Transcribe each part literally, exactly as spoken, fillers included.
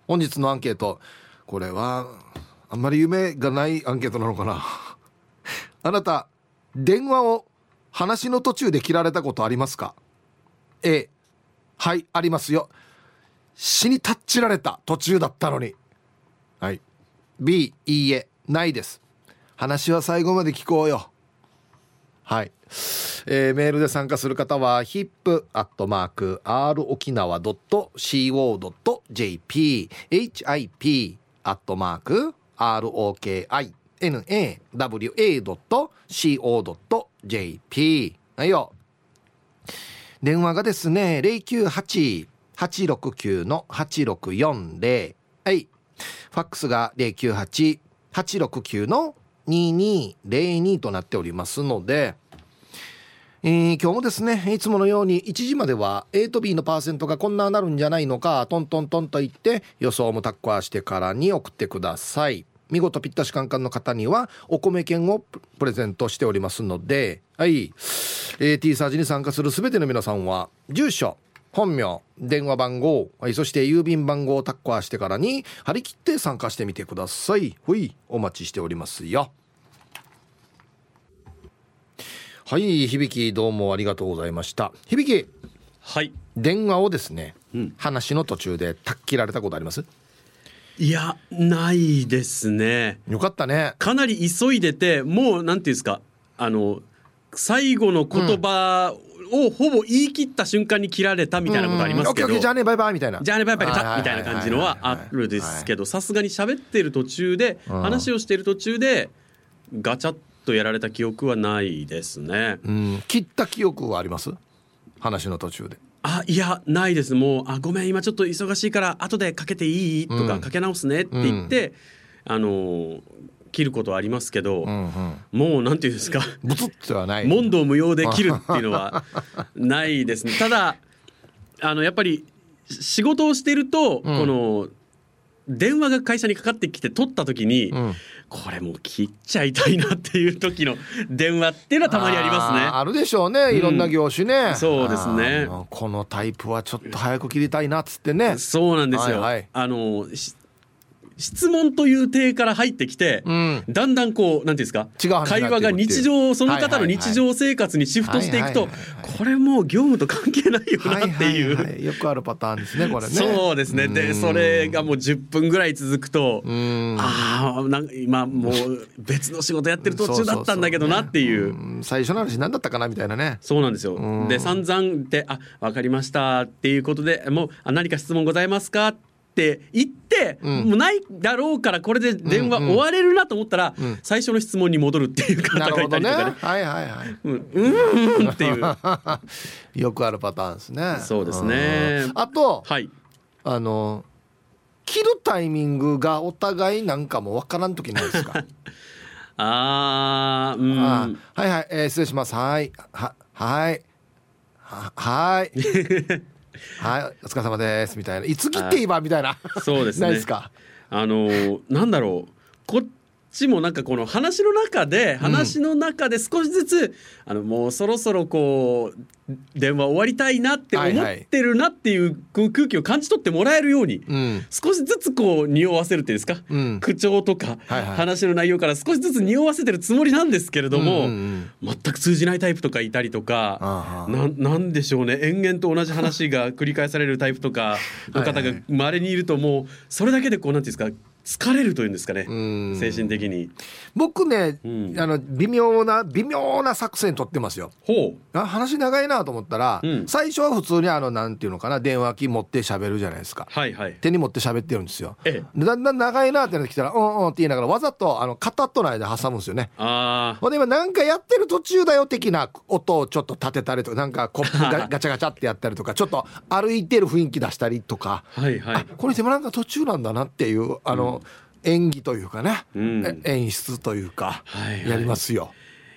本日のアンケート、これはあんまり夢がないアンケートなのかなあなた電話を話の途中で切られたことありますか？ A、 はいありますよ。死にタッチられた途中だったのに。はい。 B、 いいえないです。話は最後まで聞こうよ。はい、えー、メールで参加する方は ヒップ アットマーク アール 沖縄 ドット シーオー ドット ジェーピー ヒップ アットマーク アール オーケーアイエヌエーダブリューエー ドット シーオー ドット ジェーピー。 はいよ。電話がですね ゼロきゅうはち はちろくきゅう はちろくよんゼロ。はい。ファックスが ゼロきゅうはち はちろくきゅう ににゼロにとなっておりますので、えー、今日もですねいつものようにいちじまでは A と B のパーセントがこんななるんじゃないのかトントントンと言って予想もタッカーしてからに送ってください。見事ぴったしカンカンの方にはお米券をプレゼントしておりますので、はい、えー、T サージに参加するすべての皆さんは住所、本名、電話番号、はい、そして郵便番号をタッカーしてからに張り切って参加してみてください。ほい、お待ちしておりますよ。はい、響どうもありがとうございました。響、 はい、 電話をですね、 うん、 話の途中でタッ切られたことあります？ いやないですね。 よかったね。 かなり急いでて、もうなんていうんですか、あの最後の言葉をほぼ言い切った瞬間に切られたみたいなことありますけど、 うんうん、オッケーオッケーじゃあねバイバイみたいな、 じゃあねバイバイみたいな感じのはあるですけど、さすがに喋ってる途中で、うん、話をしてる途中でガチャッとやられた記憶はないですね。 うん、切った記憶はあります？話の途中で。 あ、いやないです。もうあごめん今ちょっと忙しいから後でかけていいとか、うん、かけ直すねって言って、うん、あの切ることはありますけど、うんうん、もうなんていうんですか、 ブツッとはない、 問答無用で切るっていうのはないですね。ただあのやっぱり仕事をしてると、うん、この電話が会社にかかってきて取った時に、うん、これもう切っちゃいたいなっていう時の電話っていうのはたまにありますね。 あ, あるでしょうね、いろんな業種ね、 うん、そうですね。 このタイプはちょっと早く切りたいなっつってね。 そうなんですよ、はいはい、あの質問という体から入ってきて、うん、だんだんこうなんていうんですか、会話が日常、その方の日常生活にシフトしていくと、これもう業務と関係ないよなっていう、はいはいはい、 よくあるパターンですねこれね。 そうですね。でそれがもうじゅっぷんぐらい続くと、うんああなんか今もう別の仕事やってる途中だったんだけどなっていう、そうそうそう、ね、うん最初の話何だったかなみたいなね。そうなんですよ。で散々であ分かりましたっていうことで、もうあ何か質問ございますかって言って、うん、もうないだろうからこれで電話終われるなと思ったら、うんうん、最初の質問に戻るっていう方がいたりとかね。 はいはいはい。 うんうんっていうよくあるパターンですね。 そうですね。 あと、 はい、 あの切るタイミングがお互いなんかもわからん時ないですか？ あー、うん、 あはいはい、えー、失礼します。はいははいははいはいお疲れ様ですみたいな、いつ切っていいわみたいな。 そうですね。 ないですか？ あのなんだろう、こっちもなんかこの話の中で話の中で少しずつ、うん、あのもうそろそろこう電話終わりたいなって思ってるなっていう空気を感じ取ってもらえるように、うん、少しずつこう匂わせるっていうんですか、うん、口調とか、はいはい、話の内容から少しずつ匂わせてるつもりなんですけれども、うんうんうん、全く通じないタイプとかいたりとか、な, なんでしょうね、延々と同じ話が繰り返されるタイプとかの方が稀にいると、もうそれだけでこうなんていうんですか、疲れるというんですかね、精神的に。 僕ね、うん、あの微妙な微妙な作戦取ってますよ。ほう、あ話長いなと思ったら、うん、最初は普通にあのなんていうのかな、電話機持って喋るじゃないですか、はいはい、手に持って喋ってるんですよ。ええ、でだんだん長いなってなってきたらうんうんって言いながらわざとあの片との間挟むんですよね。あほんで今なんかやってる途中だよ的な音をちょっと立てたりとか、なんかコップがガチャガチャってやったりとかちょっと歩いてる雰囲気出したりとか、はいはい、あこの人もなんか途中なんだなっていうあの、うん演技というかね、うん、演出というか、はいはい、やりますよ。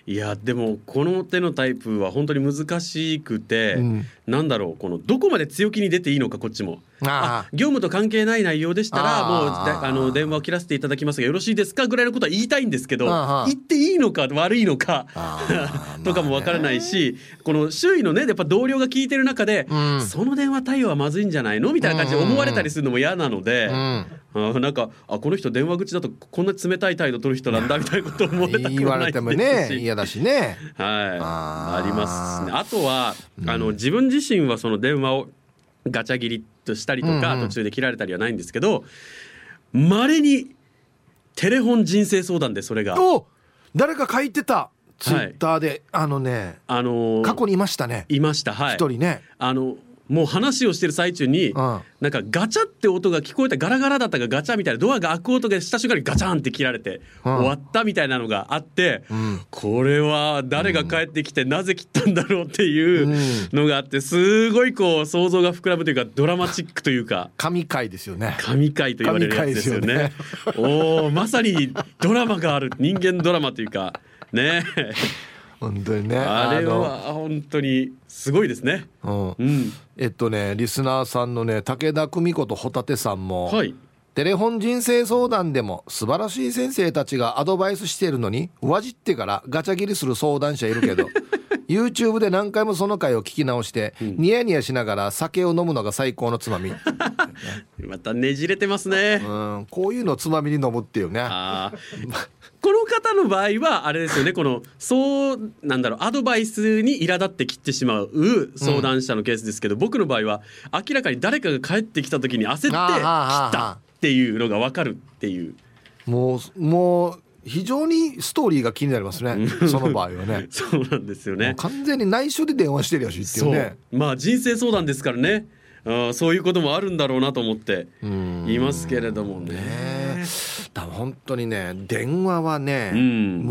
いやでもこの手のタイプは本当に難しくて、うん、なんだろうこのどこまで強気に出ていいのかこっちもあ業務と関係ない内容でしたらもうあの電話を切らせていただきますがよろしいですかぐらいのことは言いたいんですけど言っていいのか悪いのかとかもわからないし、この周囲のねやっぱ同僚が聞いてる中で、うん、その電話対応はまずいんじゃないのみたいな感じで思われたりするのも嫌なので、うんあなんかあこの人電話口だとこんな冷たい態度取る人なんだみたいなことを思われたくないですし言われてもね嫌だしねはいあ, ありますね。あとは、うん、あの自分自身はその電話をガチャ切りとしたりとか、うんうん、途中で切られたりはないんですけど稀にテレフォン人生相談でそれがお誰か書いてたツイッターで、はい、あのね、あのー、過去にいましたねいましたはい一人ねあのもう話をしてる最中に、うん、なんかガチャって音が聞こえたガラガラだったかガチャみたいなドアが開く音がした瞬間にガチャンって切られて、うん、終わったみたいなのがあって、うん、これは誰が帰ってきてなぜ切ったんだろうっていうのがあってすごいこう想像が膨らむというかドラマチックというか神回ですよね神回と言われるやつですよね、ねおまさにドラマがある人間ドラマというかね本当にねあれは本当にすごいですね、 うんうん、えっとねリスナーさんのね武田久美子とホタテさんも、はい、テレフォン人生相談でも素晴らしい先生たちがアドバイスしているのにわじってからガチャ切りする相談者いるけどYouTube で何回もその回を聞き直して、うん、ニヤニヤしながら酒を飲むのが最高のつまみまたねじれてますね、 うん、こういうのをつまみに飲むっていうねあこの方の場合はあれですよねこのそうなんだろうアドバイスに苛立って切ってしまう相談者のケースですけど、うん、僕の場合は明らかに誰かが帰ってきた時に焦って切ったっていうのが分かるっていうもうもう非常にストーリーが気になりますねその場合はねそうなんですよね完全に内緒で電話してるやしっていうねそうまあ人生相談ですからねあそういうこともあるんだろうなと思っていますけれども ね, ねだ本当にね電話はね、うん、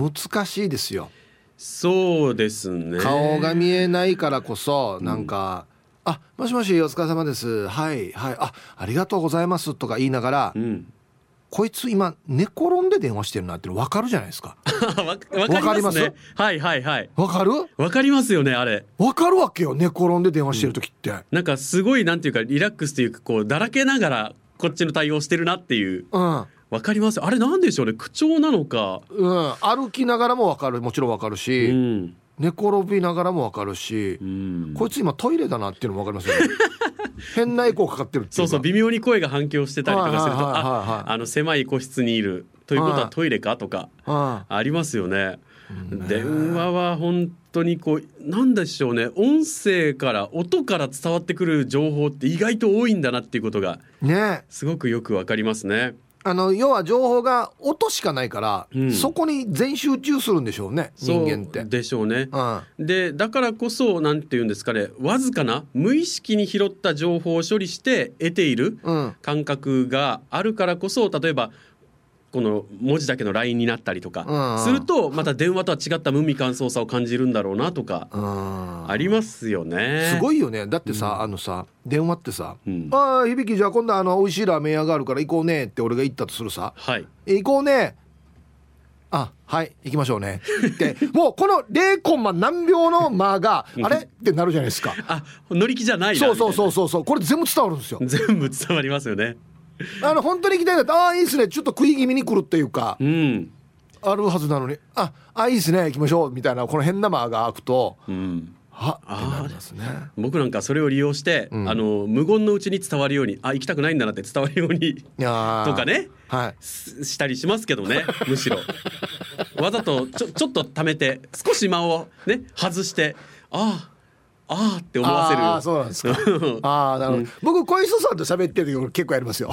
難しいですよそうですね顔が見えないからこそなんか、うん、あもしもしお疲れ様ですはいはいあありがとうございますとか言いながら、うんこいつ今寝転んで電話してるなって分かるじゃないですかわかりますねはいはいはい分かる分かりますよねあれ分かるわけよ寝転んで電話してる時って、うん、 なんかすごいなんていうかリラックスというかこうだらけながらこっちの対応してるなっていう、うん、分かりますあれなんでしょうね口調なのか、 うん、歩きながらも分かるもちろん分かるし、うん、寝転びながらも分かるし、うん、こいつ今トイレだなっていうのも分かりますよね変なエコーかかってるっていうそうそう微妙に声が反響してたりとかするとああの狭い個室にいるということはトイレかとかありますよね。電話は本当にこうなんでしょうね音声から音から伝わってくる情報って意外と多いんだなっていうことがすごくよくわかりますね。 あの要は情報が音しかないから、うん、そこに全集中するんでしょうね人間ってそうでしょうね、うん、でだからこそなんていうんですかねわずかな無意識に拾った情報を処理して得ている感覚があるからこそ例えばこの文字だけの ライン になったりとかするとまた電話とは違った無味乾燥さを感じるんだろうなとかありますよね。 すごいよねだってさ、うん、あのさ電話ってさ、うん、ああ響じゃあ今度あの美味しいラーメン屋があるから行こうねって俺が言ったとするさ、はい、行こうねあはい行きましょうねってもうこのゼロコンマ何秒の間があれってなるじゃないですかあ乗り気じゃないなそうそうそうそうそうこれ全部伝わるんですよ全部伝わりますよねあの本当に行きたいんだったらああいいですねちょっと食い気味に来るっていうか、うん、あるはずなのにああいいですね行きましょうみたいなこの変な間が開くと、うん、はってなりますね。 僕なんかそれを利用して、うん、あの無言のうちに伝わるようにあ行きたくないんだなって伝わるようにとかね、はい、したりしますけどねむしろわざとちょ、ちょっと溜めて少し間をね外してあああーって思わせるあそうなんですかあなるほど、うん、僕小磯さんと喋ってる時結構やりますよ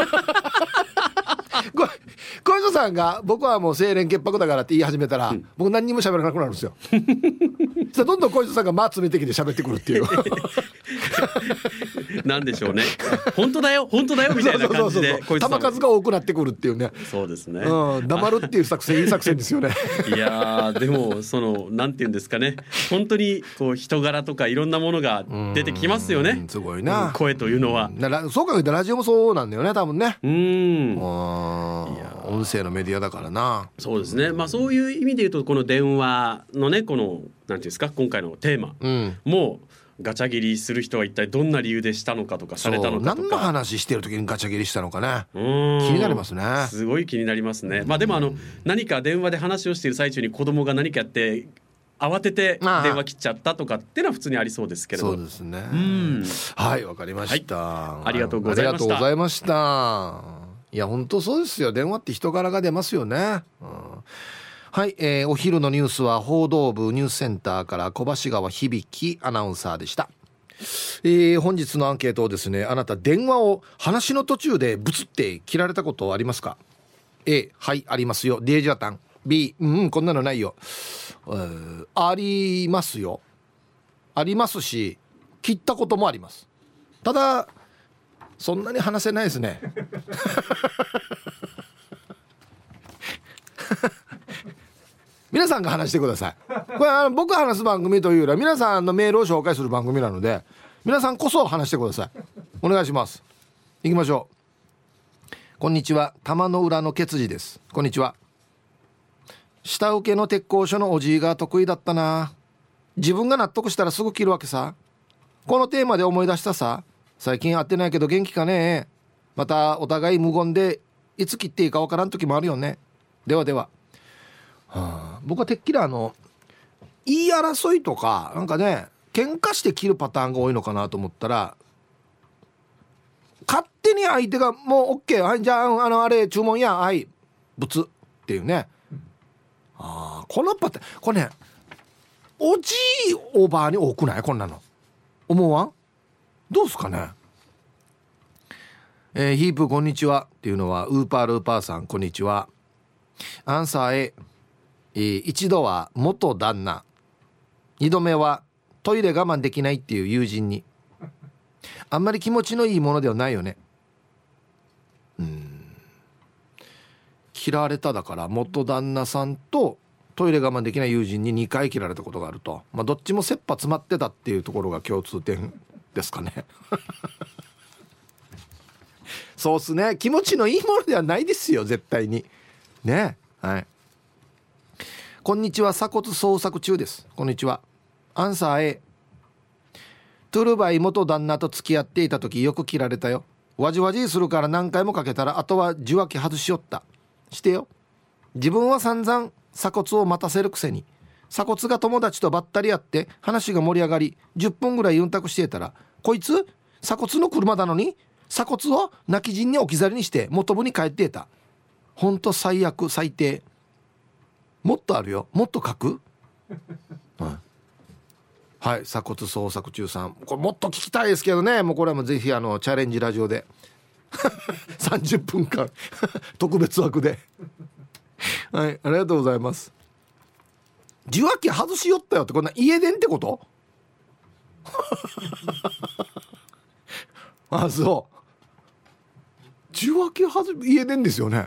小磯さんが僕はもう清廉潔白だからって言い始めたら、うん、僕何にも喋らなくなるんですよどんどん小磯さんが間詰めてきて喋ってくるっていうなんでしょうね本当だよ本当だよみたいな感じで球数が多くなってくるっていうねそうですね、 うん、黙るっていう作戦いい作戦ですよねいやでもそのなんていうんですかね本当にこう人柄とかいろんなものが出てきますよねすごいな、 うん、声というのはそう考えたらラジオもそうなんだよね多分ねうんいや音声のメディアだからな。 そうですね、まあ、そういう意味で言うとこの電話のねこのなんていうんですか今回のテーマ、うん、もうガチャ切りする人は一体どんな理由でしたのかとかされたのかとか、 何の話してる時にガチャ切りしたのかね、うん気になりますね。 すごい気になりますね。まあでもあの何か電話で話をしている最中に子供が何かやって慌てて電話切っちゃったとかっていうのは普通にありそうですけれど。 そうですね、うん、はいわかりました、 はい、ありがとうございました。 ありがとうございました。いや本当そうですよ、電話って人柄が出ますよね、うん、はい、えー、お昼のニュースは報道部ニュースセンターから小橋川響アナウンサーでした。えー、本日のアンケートをですね、あなた電話を話の途中でブツって切られたことありますか？ A はいありますよ、デージャタン。 B うん、うん、こんなのないよ。ありますよ、ありますし切ったこともあります。ただそんなに話せないですね皆さんが話してください。これあの僕が話す番組というよりは皆さんのメールを紹介する番組なので、皆さんこそ話してください。お願いします。行きましょう。こんにちは、玉の裏のケツジです。こんにちは。下請けの鉄工所のおじいが得意だったな。自分が納得したらすぐ切るわけさ。このテーマで思い出したさ。最近会ってないけど元気かね。またお互い無言でいつ切っていいかわからん時もあるよね。ではでは、はあ、僕はてっきりあの言い争いとかなんかね喧嘩して切るパターンが多いのかなと思ったら、勝手に相手がもう OK、 はいじゃああのあれ注文やはいブツっていうね。あ、このパターンこれねおじいおばあに多くない？こんなの思わん？どうすかね。えー、ヒープこんにちはっていうのはウーパールーパーさんこんにちは。アンサー A、えー、一度は元旦那、二度目はトイレ我慢できないっていう友人に。あんまり気持ちのいいものではないよね。うーん、嫌われただから元旦那さんとトイレ我慢できない友人ににかい切られたことがあると、まあ、どっちも切羽詰まってたっていうところが共通点ですかねそうっすね、気持ちのいいものではないですよ絶対にね。はい、こんにちは、鎖骨捜索中です。こんにちは。アンサー A、 トゥルバイ元旦那と付き合っていた時よく切られたよ。わじわじするから何回もかけたらあとは受話器外しよった。してよ、自分は散々鎖骨を待たせるくせに鎖骨が友達とばったり会って話が盛り上がりじゅっぷんぐらいユンタクしていたら、こいつ鎖骨の車なのに鎖骨を泣き陣に置き去りにして元部に帰っていた。ほんと最悪最低。もっとあるよ、もっと書く、はい、はい、鎖骨捜索中さん、これもっと聞きたいですけどね。もうこれはもうぜひあのチャレンジラジオでさんじゅっぷんかん特別枠ではい、ありがとうございます。受話器外しよったよってこんな家電ってことあ、そう受話器外家電ですよね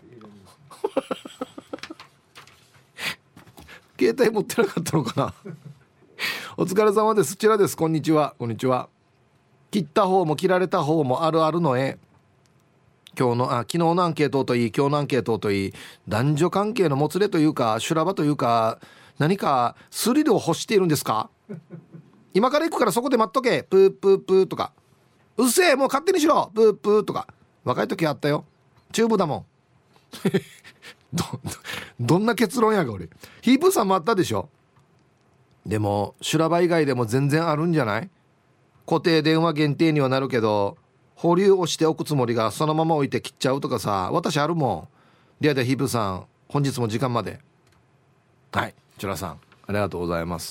携帯持ってなかったのかなお疲れ様です。ちらです。こんにちは。こんにちは。切った方も切られた方もあるあるの絵。今日のあ昨日のアンケートといい今日のアンケートといい、男女関係のもつれというか修羅場というか何かスリルを欲しているんですか？今から行くからそこで待っとけプープープーとか、うっせえもう勝手にしろプープーとか、若い時あったよ。チューブだもんど, どんな結論やが俺。ヒープさんもあったでしょ。でも修羅場以外でも全然あるんじゃない？固定電話限定にはなるけど保留をしておくつもりがそのまま置いて切っちゃうとかさ、私あるもん。ではでヒープさん本日も時間まで。はい、チュラさんありがとうございます。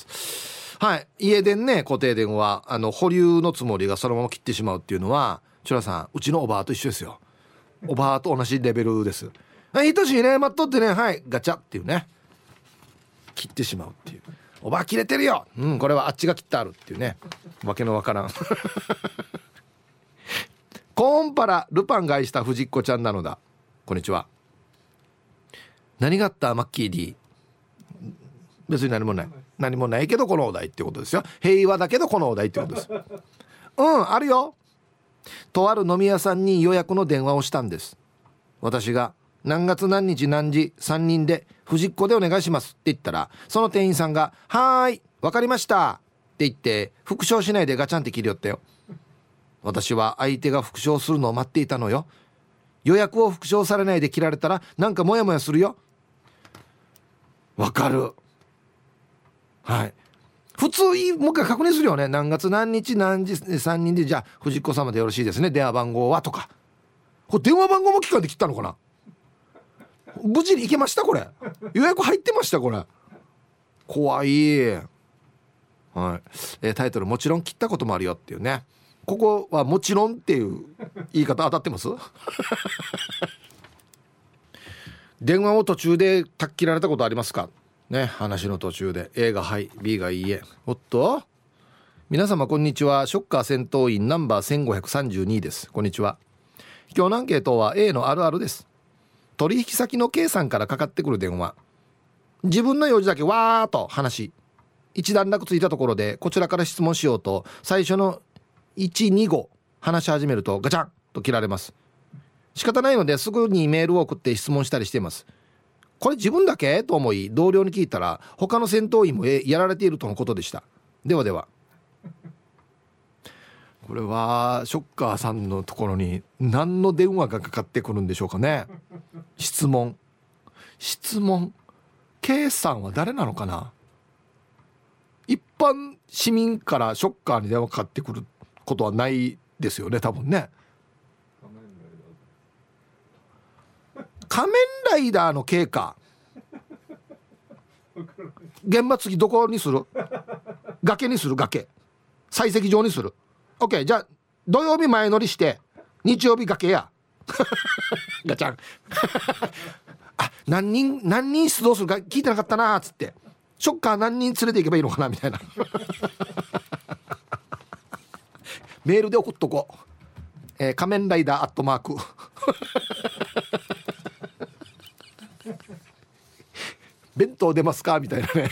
はい、家電ね、固定電話あの保留のつもりがそのまま切ってしまうっていうのはチュラさんうちのおばあと一緒ですよ。おばあと同じレベルです。はい、愛しいね待っとってね、はいガチャっていうね、切ってしまうっていう。おばあ切れてるよ、うんこれはあっちが切ってあるっていうね、わけのわからんコーンパラルパンが愛した藤子ちゃんなのだ。こんにちは。何があったマッキー D？ 別に何もない何もないけどこのお題ってことですよ。平和だけどこのお題ってことですうんあるよ。とある飲み屋さんに予約の電話をしたんです。私が何月何日何時さんにんで藤子でお願いしますって言ったら、その店員さんがはーいわかりましたって言って復唱しないでガチャンって切りよったよ。私は相手が復唱するのを待っていたのよ。予約を復唱されないで切られたらなんかモヤモヤするよ。わかる。はい、普通もう一回確認するよね。何月何日何時さんにんで、じゃあ藤子様でよろしいですね、電話番号はとか。これ電話番号も聞かれて切ったのかな。無事に行けましたこれ。予約入ってましたこれ。怖い。はい、えー、タイトルもちろん切ったこともあるよっていうね。ここはもちろんっていう言い方当たってます電話を途中でたっ切られたことありますかね。話の途中で A がはい B がいいえ。おっと、皆様こんにちは。ショッカー戦闘員ナンバーせんごひゃくさんじゅうにです。こんにちは。今日のアンケートは A のあるあるです。取引先の K さんからかかってくる電話、自分の用事だけわーっと話し、一段落ついたところでこちらから質問しようと最初のいち、にご話し始めるとガチャンと切られます。仕方ないのですぐにメールを送って質問したりしています。これ自分だけと思い同僚に聞いたら他の戦闘員もやられているとのことでした。ではでは。これはショッカーさんのところに何の電話がかかってくるんでしょうかね。質問質問 K さんは誰なのかな。一般市民からショッカーに電話かかってくることはないですよね多分ね。仮面ライダーの K か。現場次どこにする。崖にする。崖採石場にする。 OK。 じゃあ土曜日前乗りして日曜日崖やガチャンあ、何人何人出動するか聞いてなかったなーっつって、ショッカー何人連れて行けばいいのかなみたいなメールで送っとこう、えー、仮面ライダーアットマーク弁当出ますかみたいなね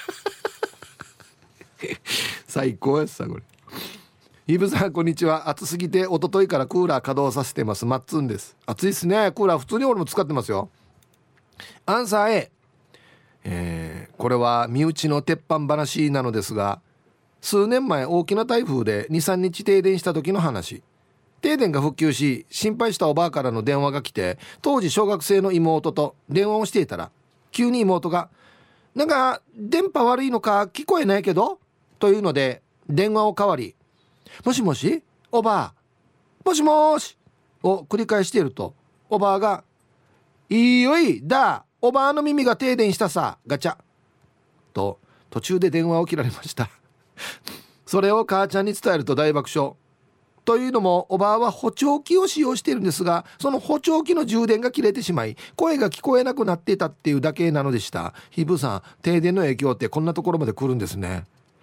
最高やつさこれ。イブさんこんにちは。暑すぎて一昨日からクーラー稼働させてます。マッツンです。暑いっすね。クーラー普通に俺も使ってますよ。アンサー A、えー、これは身内の鉄板話なのですが、数年前大きな台風で にさんにち停電した時の話。停電が復旧し心配したおばあからの電話が来て、当時小学生の妹と電話をしていたら急に妹がなんか電波悪いのか聞こえないけどというので電話を代わり、もしもしおばあ、もしもしを繰り返していると、おばあがいいよいだおばあの耳が停電したさガチャと途中で電話を切られましたそれを母ちゃんに伝えると大爆笑。というのもおばあは補聴器を使用しているんですが、その補聴器の充電が切れてしまい声が聞こえなくなっていたっていうだけなのでした。ひぶさん、停電の影響ってこんなところまで来るんですね。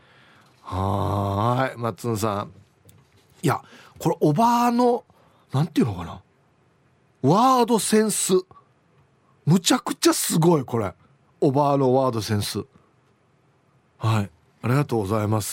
はーい、マッツンさん。いやこれおばあのなんていうのかな、ワードセンスむちゃくちゃすごい。これおばあのワードセンス、はい、ありがとうございます。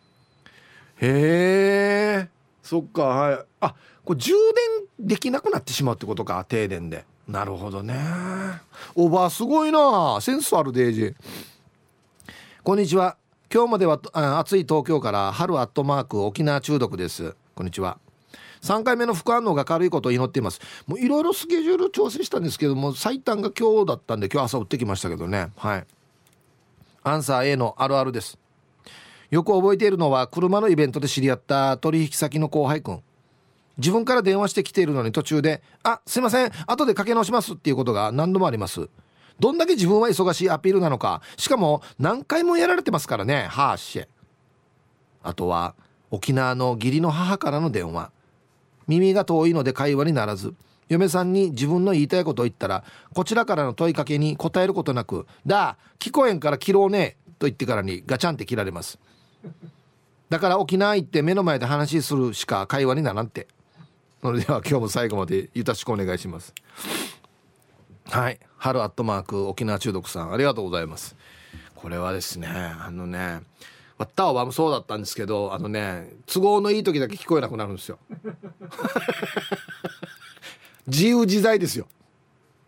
へえ、そっか。はい。あ、これ充電できなくなってしまうってことか、停電で。なるほどね。おばあすごいな、センスあるデイジー。こんにちは。今日までは暑い東京から春アットマーク沖縄中毒です。こんにちは。さんかいめの副反応が軽いことを祈っています。もういろいろスケジュール調整したんですけども、最短が今日だったんで今日朝打ってきましたけどね。はい。アンサー A のあるあるです。よく覚えているのは車のイベントで知り合った取引先の後輩くん。自分から電話してきているのに途中であ、すいません後でかけ直しますっていうことが何度もあります。どんだけ自分は忙しいアピールなのか。しかも何回もやられてますからね。はーし。あとは沖縄の義理の母からの電話。耳が遠いので会話にならず、嫁さんに自分の言いたいことを言ったらこちらからの問いかけに答えることなく、だ聞こえんから切ろうねと言ってからにガチャンって切られます。だから沖縄行って目の前で話するしか会話にならんて。それでは今日も最後までよろしくお願いします。はい、春アットマーク沖縄中毒さん、ありがとうございます。これはですね、あのね、わったはもそうだったんですけど、あのね、都合のいい時だけ聞こえなくなるんですよ自由自在ですよ。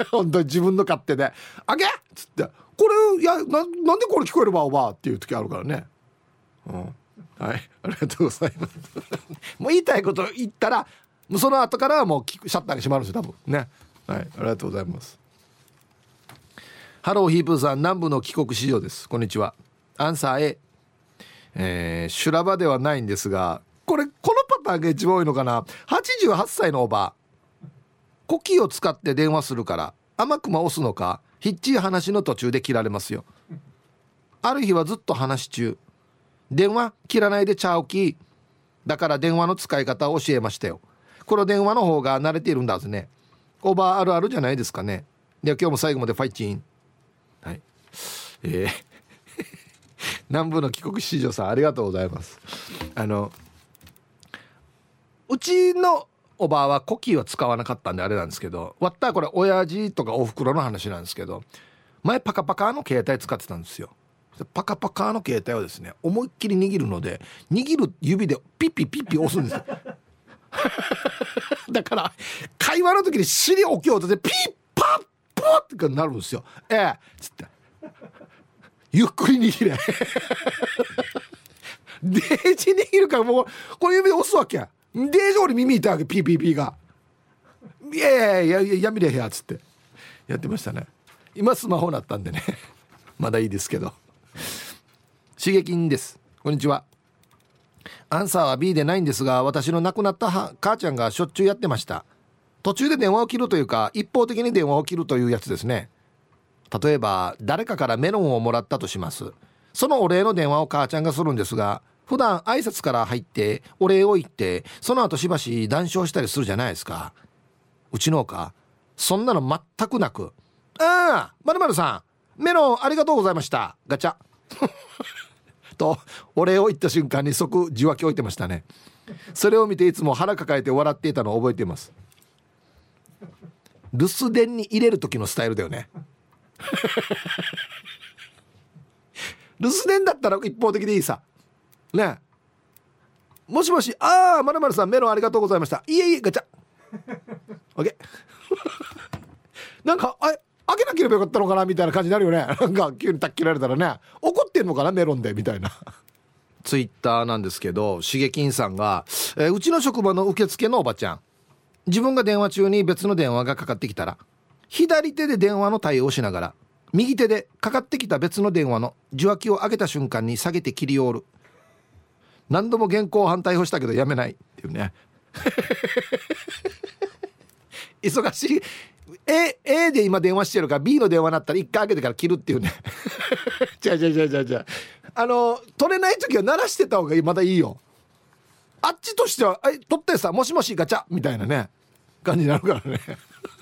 本当に自分の勝手であげっつってこれいや な, なんでこれ聞こえるばおばっていう時あるからね、うん、はいありがとうございますもう言いたいこと言ったらもうその後からはもうシャッターが閉まるんですよ多分ね。はいありがとうございます。ハローヒープーさん南部の帰国子女です。こんにちは。アンサー A、えー、修羅場ではないんですがこれこのパターンが一番多いのかな。はちじゅうはっさいのおばコキを使って電話するから甘くも押すのかひっちり話の途中で切られますよ。ある日はずっと話中電話切らないでちゃうきだから電話の使い方を教えましたよ。この電話の方が慣れているんだはずね。オーバーあるあるじゃないですかね。では今日も最後までファイチン。はい、えー、南部の帰国子女さんありがとうございます。あのうちのおばあはコキーは使わなかったんであれなんですけど、わったらこれ親父とかおふくろの話なんですけど、前パカパカの携帯使ってたんですよ。パカパカの携帯をですね思いっきり握るので握る指でピッピッピッピ押すんですよだから会話の時に尻置きようとでピッパッポッってなるんですよ。ええつってゆっくり握れデージ握るからもうこれ指で押すわけや。デージ俺耳痛いわけピーピーピーがいやいやいややめれやつってやってましたね。今スマホなったんでねまだいいですけど。しげきんです。こんにちは。アンサーは B でないんですが私の亡くなった母ちゃんがしょっちゅうやってました。途中で電話を切るというか一方的に電話を切るというやつですね。例えば誰かからメロンをもらったとします。そのお礼の電話を母ちゃんがするんですが普段挨拶から入ってお礼を言ってその後しばし談笑したりするじゃないですか。うちのおかそんなの全くなくああ〇〇さんメロンありがとうございましたガチャとお礼を言った瞬間に即受話器置いてましたね。それを見ていつも腹抱えて笑っていたのを覚えています。留守電に入れる時のスタイルだよね留守電だったら一方的でいいさね。もしもしああ〇〇さんメロンありがとうございましたいえいえガチャオッケーなんかあ開けなければよかったのかなみたいな感じになるよね。なんか急にたっ切られたらね怒ってんのかなメロンでみたいなツイッターなんですけどしげきんさんが、えー、うちの職場の受付のおばちゃん自分が電話中に別の電話がかかってきたら左手で電話の対応をしながら右手でかかってきた別の電話の受話器を上げた瞬間に下げて切りおる。何度も現行犯逮捕したけどやめないっていうね忙しい A, A で今電話してるから B の電話になったら一回開けてから切るっていうねじゃあじゃあじゃあじゃあじゃああの取れない時は鳴らしてた方がまだいいよ。あっちとしては「え取ってさもしもしガチャ」みたいなね感じになるからね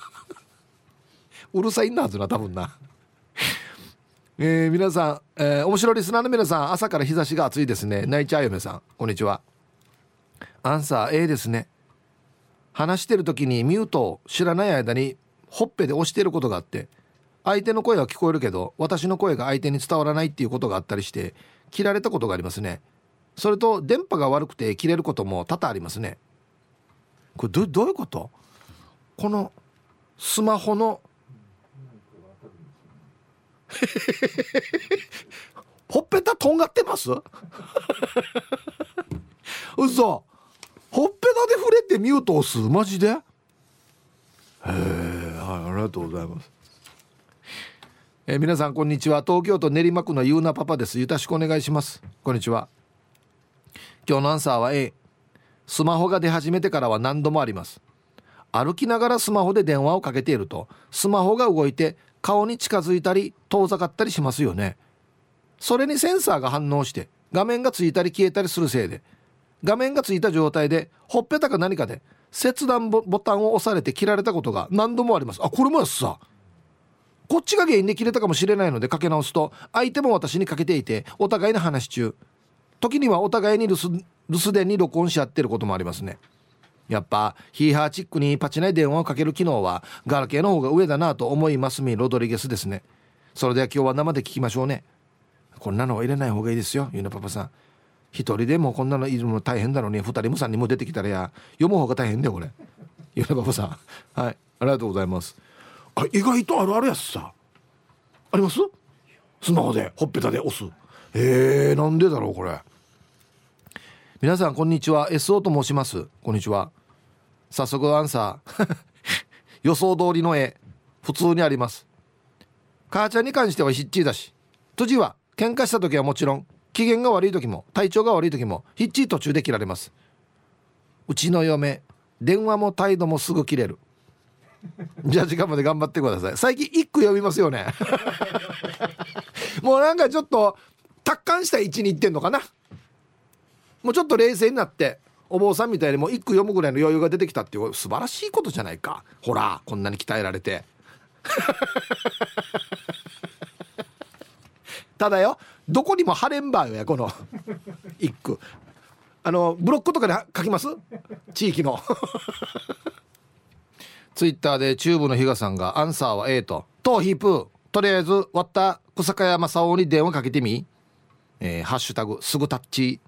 うるさいんだはずな多分なえー、皆さん、えー、面白いリスナーの皆さん朝から日差しが暑いですね。泣いちゃう嫁さんこんにちは。アンサー A ですね。話してる時にミュートを知らない間にほっぺで押していることがあって相手の声は聞こえるけど私の声が相手に伝わらないっていうことがあったりして切られたことがありますね。それと電波が悪くて切れることも多々ありますね。これ ど, どういうこと？このスマホのほっぺたとんがってます嘘ほっぺたで触れてミュート押すマジで？へえ、はい、ありがとうございます。えー、皆さんこんにちは。東京都練馬区のゆうなパパです。よろしくお願いします。こんにちは。今日のアンサーは A。 スマホが出始めてからは何度もあります。歩きながらスマホで電話をかけているとスマホが動いて顔に近づいたり遠ざかったりしますよね。それにセンサーが反応して画面がついたり消えたりするせいで画面がついた状態でほっぺたか何かで切断ボタンを押されて切られたことが何度もあります。あ、これもやすさこっちが原因で切れたかもしれないのでかけ直すと相手も私にかけていてお互いの話中時にはお互いに留守、留守電に録音し合ってることもありますね。やっぱヒーハーチックにパチない電話をかける機能はガラケーの方が上だなと思いますみロドリゲスですね。それでは今日は生で聞きましょうね。こんなのは入れない方がいいですよ。ゆなパパさん一人でもこんなのいるの大変だのに二人も三人も出てきたらや読む方が大変だよこれゆなパパさんはいありがとうございます。 あ、意外とあるあるやつさあります。スマホでほっぺたで押す。えー、なんでだろうこれ。皆さんこんにちは、 エスオー と申します。こんにちは。早速アンサー予想通りの絵普通にあります。母ちゃんに関してはヒッチーだし、辻は喧嘩した時はもちろん、機嫌が悪い時も体調が悪い時もヒッチー途中で切られます。うちの嫁、電話も態度もすぐ切れる。じゃあ時間まで頑張ってください。最近一句読みますよねもうなんかちょっと達観した位置に行ってんのかな。もうちょっと冷静になってお坊さんみたいにもう一句読むぐらいの余裕が出てきたっていう素晴らしいことじゃないか。ほらこんなに鍛えられてただよ、どこにも貼れんばよやこの一句。あのブロックとかで書きます、地域のツイッターでチューブの比嘉さんがアンサーは A とトーヒープー、とりあえず割った草加山沙央に電話かけてみ、えー、ハッシュタグすぐタッチ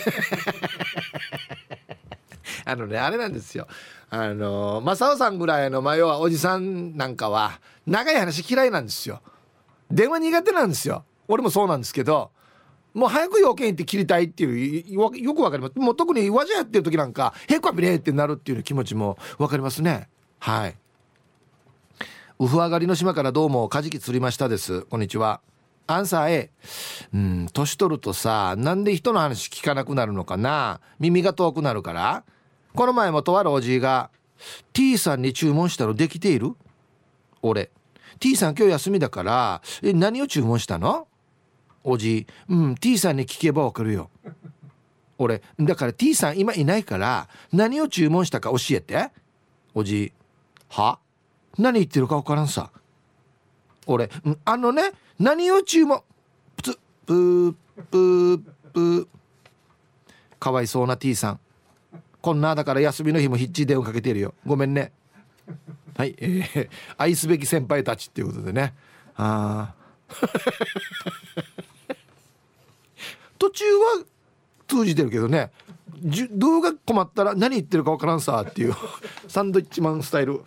あのね、あれなんですよ、あの正雄さんぐらいの前はおじさんなんかは長い話嫌いなんですよ。電話苦手なんですよ。俺もそうなんですけど、もう早く要件言って切りたいっていうよくわかります。もう特にわじゃやってる時なんかへこびれってなるっていう気持ちもわかりますね。はい。ウフ上がりの島からどうもカジキ釣りましたです。こんにちは。アンサー A。 うん年取るとさ、なんで人の話聞かなくなるのかな。耳が遠くなるから。この前もとあるおじいが T さんに注文したのできている。俺 T さん今日休みだからえ何を注文したの。おじ、うん T さんに聞けばわかるよ。俺だから T さん今いないから何を注文したか教えて。おじ、は何言ってるか分からんさ。俺あのね、何を注文プツプープープー。かわいそうな T さん、こんなだから休みの日もヒッチ電話かけてるよ、ごめんね。はい、えー、愛すべき先輩たちっていうことでね。あ途中は通じてるけどね、動画困ったら何言ってるか分からんさっていうサンドイッチマンスタイル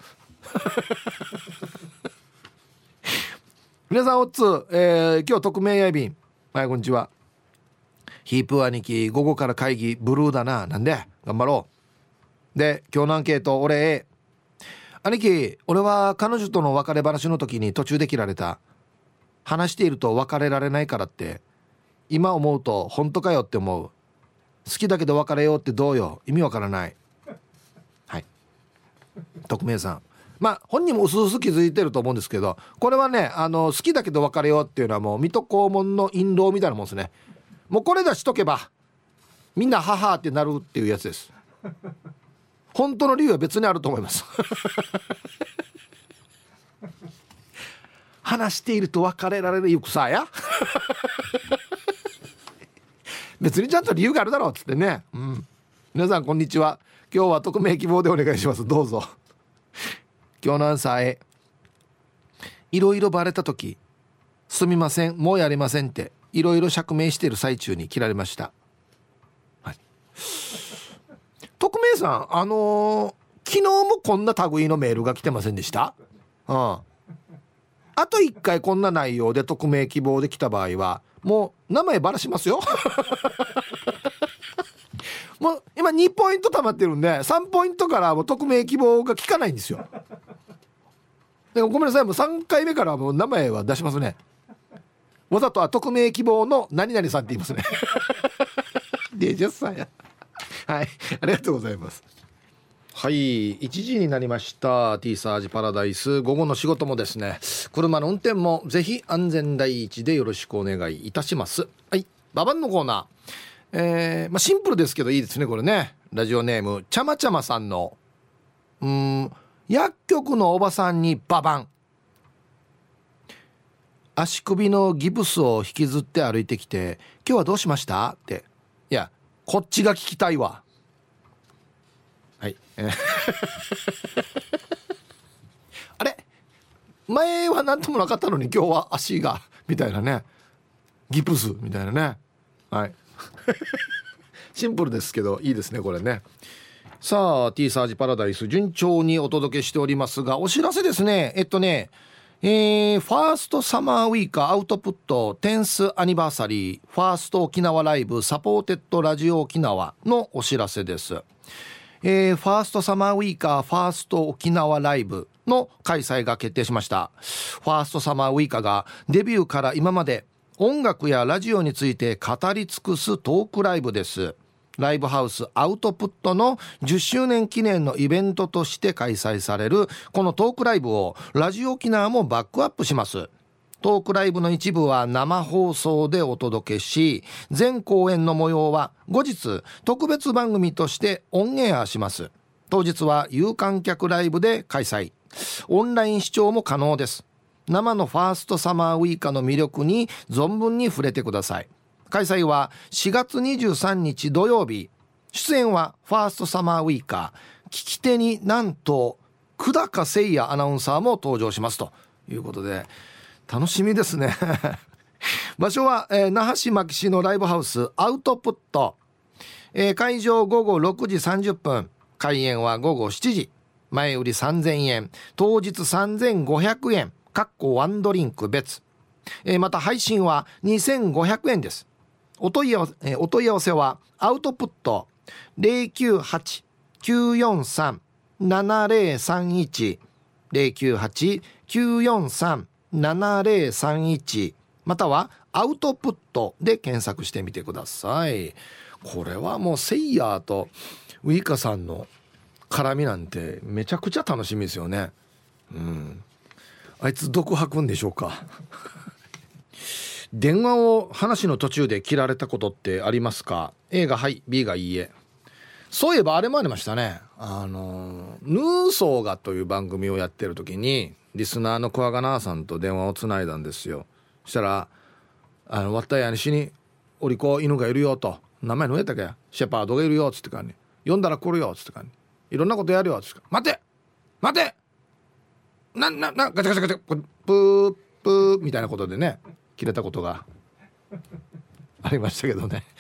皆さんおっつ、えー、今日匿名やいびん、はい、こんにちは。ヒープ兄貴午後から会議ブルーだな。なんで頑張ろう。で今日のアンケート俺 A。 兄貴、俺は彼女との別れ話の時に途中で切られた。話していると別れられないからって。今思うと本当かよって思う。好きだけど別れようってどうよ、意味わからない。はい、匿名さん、まあ本人もうすうす気づいてると思うんですけど、これはね、あの好きだけど別れようっていうのはもう水戸黄門の印籠みたいなもんですね。もうこれ出しとけばみんなははってなるっていうやつです。本当の理由は別にあると思います話していると別れられる行くさや別にちゃんと理由があるだろうっつってね、うん、皆さんこんにちは。今日は匿名希望でお願いします。どうぞ。今日のアンサー A。 いろいろバレた時、すみませんもうやりませんっていろいろ釈明している最中に切られました、はい、匿名さん、あのー、昨日もこんな類のメールが来てませんでした？うん、あといっかいこんな内容で匿名希望で来た場合はもう名前ばらしますよもう今にポイント貯まってるんでさんポイントからもう匿名希望が効かないんですよ。でもごめんなさい、もうさんかいめからもう名前は出しますね。わざとは匿名希望の何々さんって言いますねでじゅっさんやはい、ありがとうございます。はい、いちじになりました。 T サージパラダイス、午後の仕事もですね、車の運転もぜひ安全第一でよろしくお願いいたします。はい、ババンのコーナー、えーまあ、シンプルですけどいいですねこれね。ラジオネームちゃまちゃまさんのうーん薬局のおばさんにババン。足首のギプスを引きずって歩いてきて、今日はどうしましたって。いやこっちが聞きたいわ。はいあれ前は何ともなかったのに今日は足がみたいなね、ギプスみたいなね。はいシンプルですけどいいですねこれね。 さあ T サージパラダイス順調にお届けしておりますが、お知らせですね。えっとねえー、ファーストサマーウイーカーアウトプットテンスアニバーサリーファースト沖縄ライブサポーテッドラジオ沖縄のお知らせです。えー、ファーストサマーウイーカーファースト沖縄ライブの開催が決定しました。ファーストサマーウィーカーがデビューから今まで音楽やラジオについて語り尽くすトークライブです。ライブハウスアウトプットのじゅっしゅうねん記念のイベントとして開催されるこのトークライブをラジオ沖縄もバックアップします。トークライブの一部は生放送でお届けし、全公演の模様は後日特別番組としてオンエアします。当日は有観客ライブで開催。オンライン視聴も可能です。生のファーストサマーウイーカーの魅力に存分に触れてください。開催はしがつにじゅうさんにち土曜日。出演はファーストサマーウイーカー、聞き手になんと久高誠也アナウンサーも登場しますということで楽しみですね場所は、えー、那覇市牧市のライブハウスアウトプット、えー、会場ごごろくじさんじゅっぷん、開演はごごしちじ、前売りさんぜんえん、当日さんぜんごひゃくえんかっこワンドリンク別、えー、また配信はにせんごひゃくえんです。お問い合わせ、えー、お問い合わせはアウトプット ゼロきゅうはち きゅうよんさん ななゼロさんいち ゼロきゅうはち きゅうよんさん ななゼロさんいちまたはアウトプットで検索してみてください。これはもうセイヤーとウイカさんの絡みなんてめちゃくちゃ楽しみですよね。うん、あいつ毒吐くんでしょうか電話を話の途中で切られたことってありますか？ A がはい、 B がいいえ。そういえばあれもありましたね。あのヌーソーがという番組をやってる時にリスナーのクワガナーさんと電話をつないだんですよ。そしたらあのわったやにしにおりこ犬がいるよと、名前のえたかやシェパードがいるよっつってかに、呼んだら来るよっつってかに、いろんなことやるよっつってか、待て待てなななガチャガチャガチャプープーみたいなことでね切れたことがありましたけどね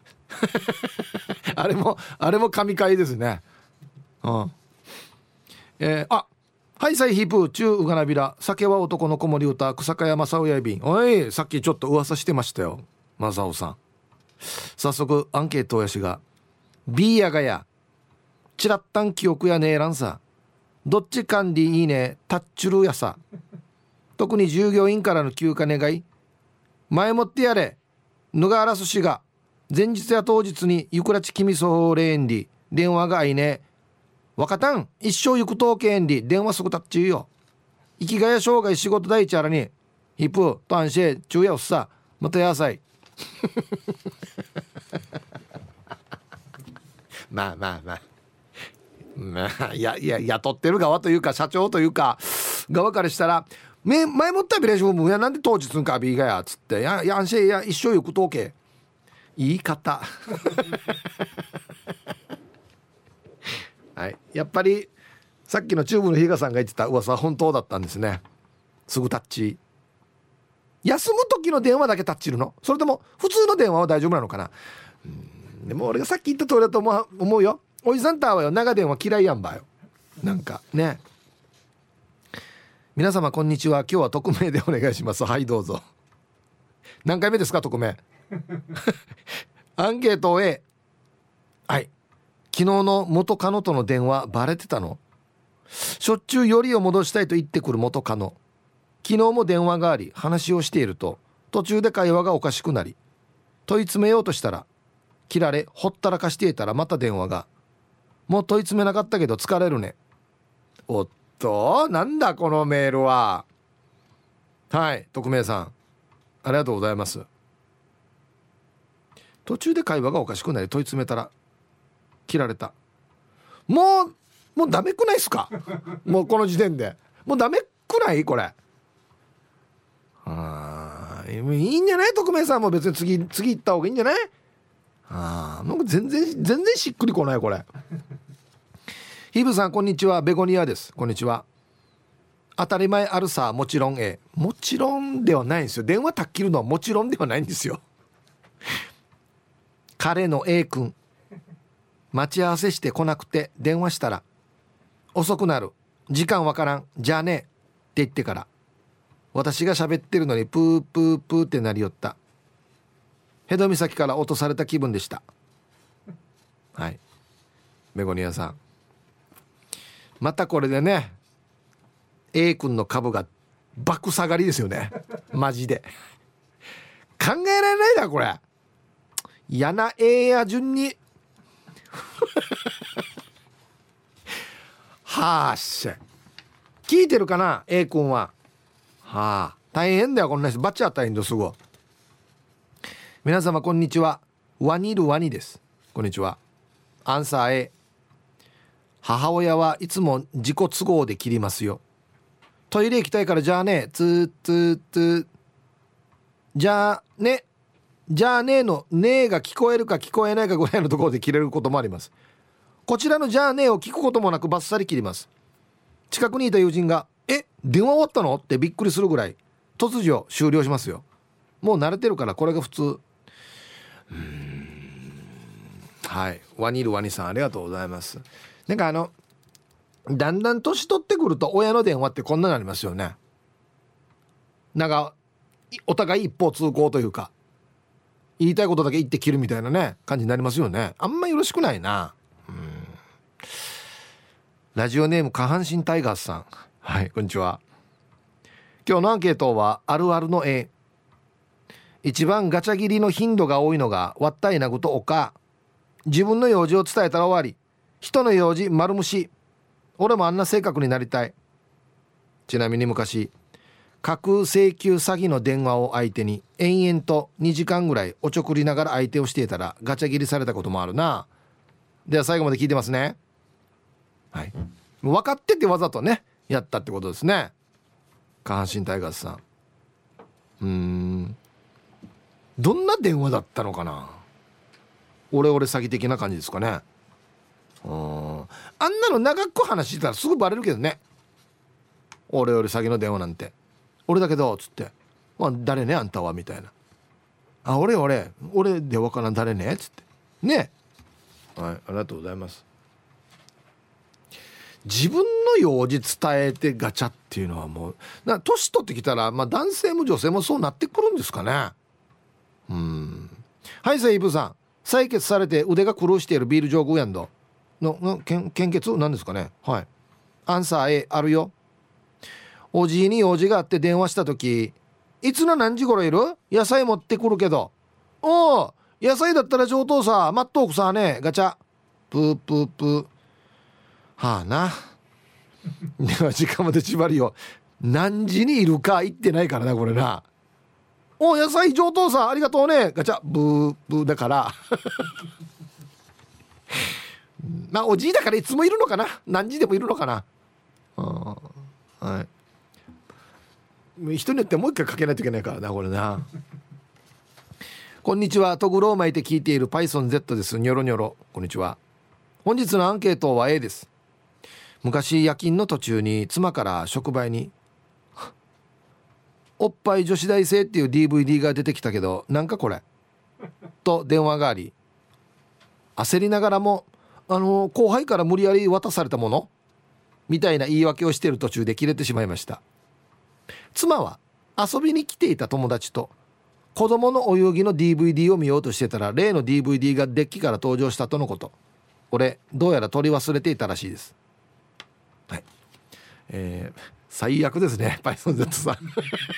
あれもあれも神回ですね。うん、えー、あはいさいヒープー中うがなびら酒は男の子守歌草加山正雄やいびん、おいさっきちょっと噂してましたよ正雄さん。早速アンケートやしが B やがやチラッタン記憶やねえらんさ、どっち管理いいねタッチュルやさ、特に従業員からの休暇願い前もってやれぬがあらすしが前日や当日にゆくらちきみそうれんり電話があいね若たん一生ゆくとうけんり電話すぐたっちゅうよ、生きがや生涯仕事第一あらにヒップとアンシェ昼夜うっさまたやさいまあまあまあまあいやいや雇ってる側というか社長というか側からしたら前もったビレーションもやなんで当日んかビーがやつってややんしや一生ゆくとうけ言い方はい、やっぱりさっきのチューブの比嘉さんが言ってた噂は本当だったんですね。すぐタッチ、休む時の電話だけタッチるの、それとも普通の電話は大丈夫なのかな。うんでも俺がさっき言った通りだと思う、思うよ。おじさんたわよ長電話嫌いやんばよなんかね。皆様こんにちは、今日は匿名でお願いします。はいどうぞ。何回目ですか匿名アンケート A、 はい昨日の元カノとの電話バレてたの？しょっちゅうよりを戻したいと言ってくる元カノ、昨日も電話があり話をしていると途中で会話がおかしくなり問い詰めようとしたら切られほったらかしていたらまた電話が、もう問い詰めなかったけど疲れるね。おっとなんだこのメールは。はい匿名さんありがとうございます。途中で会話がおかしくなり問い詰めたら切られた。もうもうダメくないっすかもうこの時点でもうダメくないこれ。あいいんじゃない匿名さんも別に次次行った方がいいんじゃない。あなんか全然全然しっくりこないこれヒブさんこんにちは、ベゴニアです。こんにちは。当たり前あるさ、もちろん A、 もちろんではないんですよ。電話たっきるのはもちろんではないんですよ彼の A 君待ち合わせして来なくて電話したら遅くなる、時間わからん、じゃあねって言ってから私が喋ってるのにプープープーってなりよった。ヘド岬から落とされた気分でした。はい、ベゴニアさん、またこれでね A 君の株が爆下がりですよね。マジで考えられないだこれ。嫌な A や順にはあし聞いてるかな A 君は。はあ大変だよこんな人、バチ当たりんですぐ。皆様こんにちは、ワニルワニです。こんにちは。アンサー A、 母親はいつも自己都合で切りますよ。トイレ行きたいからじゃあねつーつーつー、じゃあねじゃあねのねが聞こえるか聞こえないかぐらいのところで切れることもあります。こちらのじゃあねを聞くこともなくバッサリ切ります。近くにいた友人がえ電話終わったのってびっくりするぐらい突如終了しますよ。もう慣れてるからこれが普通。うーん、はい、ワニルワニさんありがとうございます。なんかあのだんだん年取ってくると親の電話ってこんなになりますよね。なんかお互い一方通行というか言いたいことだけ言って切るみたいなね感じになりますよね。あんまよろしくないな。うん、ラジオネーム下半身タイガースさん、はい、こんにちは。今日のアンケートはあるあるの A。 一番ガチャ切りの頻度が多いのが割ったいなぐとおか、自分の用事を伝えたら終わり、人の用事丸無視。俺もあんな性格になりたい。ちなみに昔架空請求詐欺の電話を相手に延々とにじかんぐらいおちょくりながら相手をしていたらガチャ切りされたこともあるな。では最後まで聞いてますね。はい、分かっててわざとねやったってことですね。下半身タイガースさん、うーんどんな電話だったのかな。オレオレ詐欺的な感じですかね。うん、あんなの長く話してたらすぐバレるけどね。オレオレ詐欺の電話なんて俺だけどつって、まあ、誰ねあんたはみたいな、あ俺俺俺でわからん誰ねつってね。はい、ありがとうございます。自分の用事伝えてガチャっていうのはもうな年取ってきたら、まあ、男性も女性もそうなってくるんですかね。うん、はいセイブさん、採血されて腕が苦しているビール上宮やんどのの献血なんですかね。はい、アンサー A あるよ。おじいに用事があって電話した時、いつの何時頃いる？野菜持ってくるけど。おお野菜だったら上等さ待っとくさねガチャプープープー。はあなでは時間まで縛りよ、何時にいるか言ってないからなこれな。お野菜上等さありがとうねガチャブーブーだからまあおじいだからいつもいるのかな、何時でもいるのかな。あ、はい、人によってもう一回かけないといけないからなこれなこんにちは、トグロを巻いて聞いている PythonZ です。ニョロニョロ、こんにちは。本日のアンケートは A です。昔夜勤の途中に妻から職場におっぱい女子大生っていう ディーブイディー が出てきたけどなんかこれと電話があり、焦りながらもあの後輩から無理やり渡されたものみたいな言い訳をしている途中で切れてしまいました。妻は遊びに来ていた友達と子供のお遊戯の ディーブイディー を見ようとしてたら例の ディーブイディー がデッキから登場したとのこと。俺どうやら取り忘れていたらしいです。はい、えー、最悪ですね PythonZ さん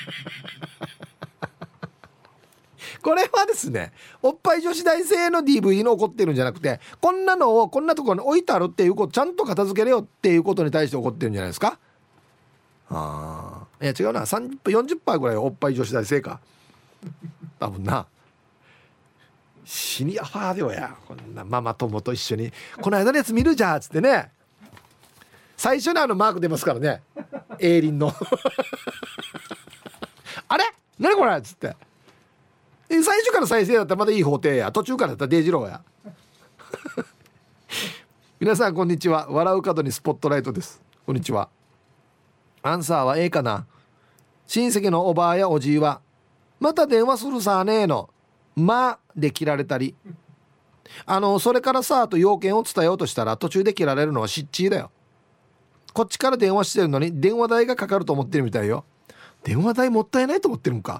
これはですねおっぱい女子大生の ディーブイディー の怒ってるんじゃなくて、こんなのをこんなところに置いてあるっていうことちゃんと片付けれよっていうことに対して怒ってるんじゃないですか。ああ、いや違うな、さんじゅっパーセント よんじゅっパーセント ぐらいおっぱい女子大生か多分な。シニアファーでよやこんなママ友と一緒にこの間のやつ見るじゃんっつってね、最初にあのマーク出ますからねエイリンのあれ何これっつって最初から再生だったらまだいい法廷や、途中からだったらデイジローや皆さんこんにちは、笑う角にスポットライトです。こんにちは。アンサーは A かな。親戚のおばあやおじいはまた電話するさねえのまで切られたり、 あのそれからさと要件を伝えようとしたら途中で切られるのは失地だよ。こっちから電話してるのに電話代がかかると思ってるみたいよ。電話代もったいないと思ってるんか。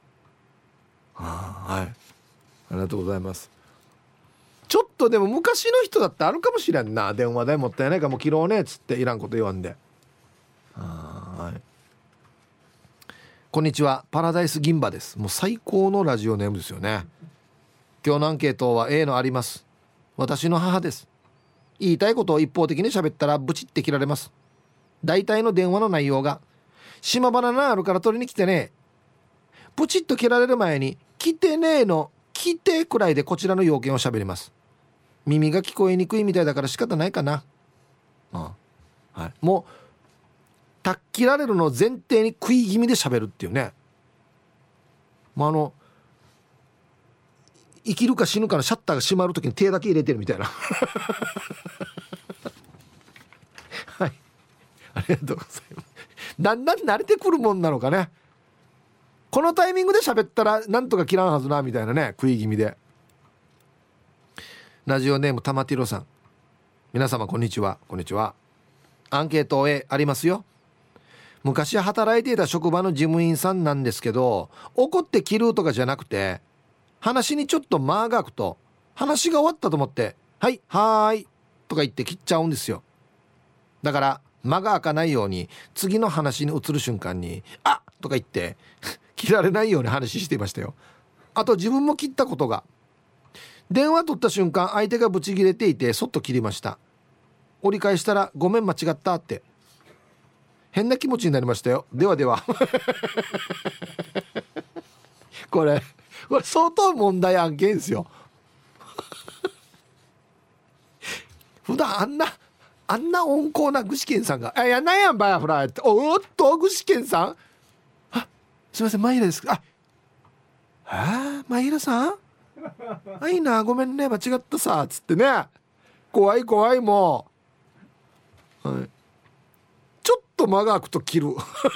はあ、はい、ありがとうございます。ちょっとでも昔の人だってあるかもしれんな。電話代もったいないからもう切ろうねっつっていらんこと言わんで。はい、こんにちは、パラダイス銀歯です。もう最高のラジオネームですよね。今日のアンケートは A のあります。私の母です。言いたいことを一方的に喋ったらブチって切られます。大体の電話の内容が島バナナあるから取りに来てね。ブチッと切られる前に来てねえの来てくらいでこちらの要件を喋ります。耳が聞こえにくいみたいだから仕方ないかな。ああ、はい、もうたっ切られるのを前提に食い気味で喋るっていうね。まあ、あの生きるか死ぬかのシャッターが閉まるときに手だけ入れてるみたいなはい、ありがとうございます。だんだん慣れてくるもんなのかね。このタイミングで喋ったらなんとか切らんはずなみたいなね、食い気味で。ラジオネームたまてろさん、皆様こんにちは。こんにちは。アンケート A ありますよ。昔働いていた職場の事務員さんなんですけど、怒って切るとかじゃなくて話にちょっと間が空くと話が終わったと思ってはいはーいとか言って切っちゃうんですよ。だから間が空かないように次の話に移る瞬間にあっとか言って切られないように話していましたよ。あと自分も切ったことが、電話取った瞬間相手がブチ切れていてそっと切りました。折り返したらごめん間違ったって変な気持ちになりましたよ。ではではこれこれ相当問題案件ですよ普段あんなあんな温厚な具志堅さんが「あいやなんやんバヤフライ」って「おっと具志堅さんあすいませんマイラですああマイラさんあいいなごめんね間違ったさ」つってね、怖い怖いもう、はい、ちょっと間が空くと切る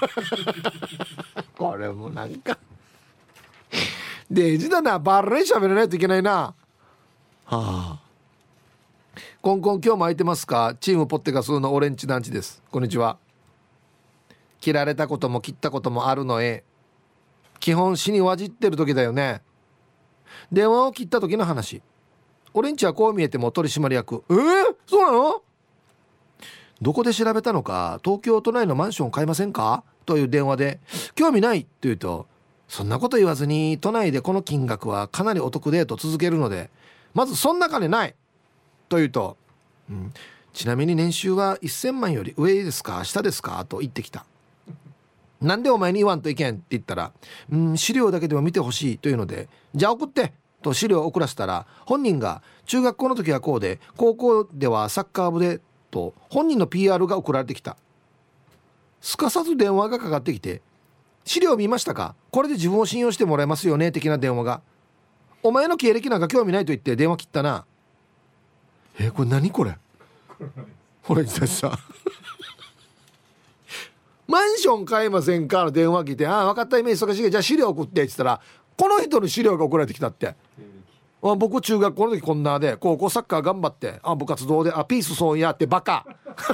これもなんかデジだな、バレー喋らないといけないな。はあ。コンコン今日も空いてますか。チームポッテガスのオレンジ団地です。こんにちは。切られたことも切ったこともあるのえ。基本死にわじってる時だよね。電話を切った時の話。オレンジはこう見えても取締役。えー、そうなの？どこで調べたのか東京都内のマンション買いませんかという電話で興味ないって言うと、そんなこと言わずに都内でこの金額はかなりお得でと続けるので、まずそんな金ないと言うと、うん、ちなみに年収はせんまんより上ですか下ですかと言ってきた。なんでお前に言わんといけんって言ったら、うん、資料だけでも見てほしいというので、じゃあ送ってと資料を送らせたら、本人が中学校の時はこうで高校ではサッカー部でと本人の ピーアール が送られてきた。すかさず電話がかかってきて、資料見ましたか、これで自分を信用してもらえますよね的な電話が。お前の経歴なんか興味ないと言って電話切ったな。えー、これ何これほら実さマンション買えませんかの電話来て、ああ分かった今忙しいじゃあ資料送ってって言ったら、この人の資料が送られてきたって。あ僕中学校の時こんなで高校サッカー頑張ってあ部活動であピースそうやってバカ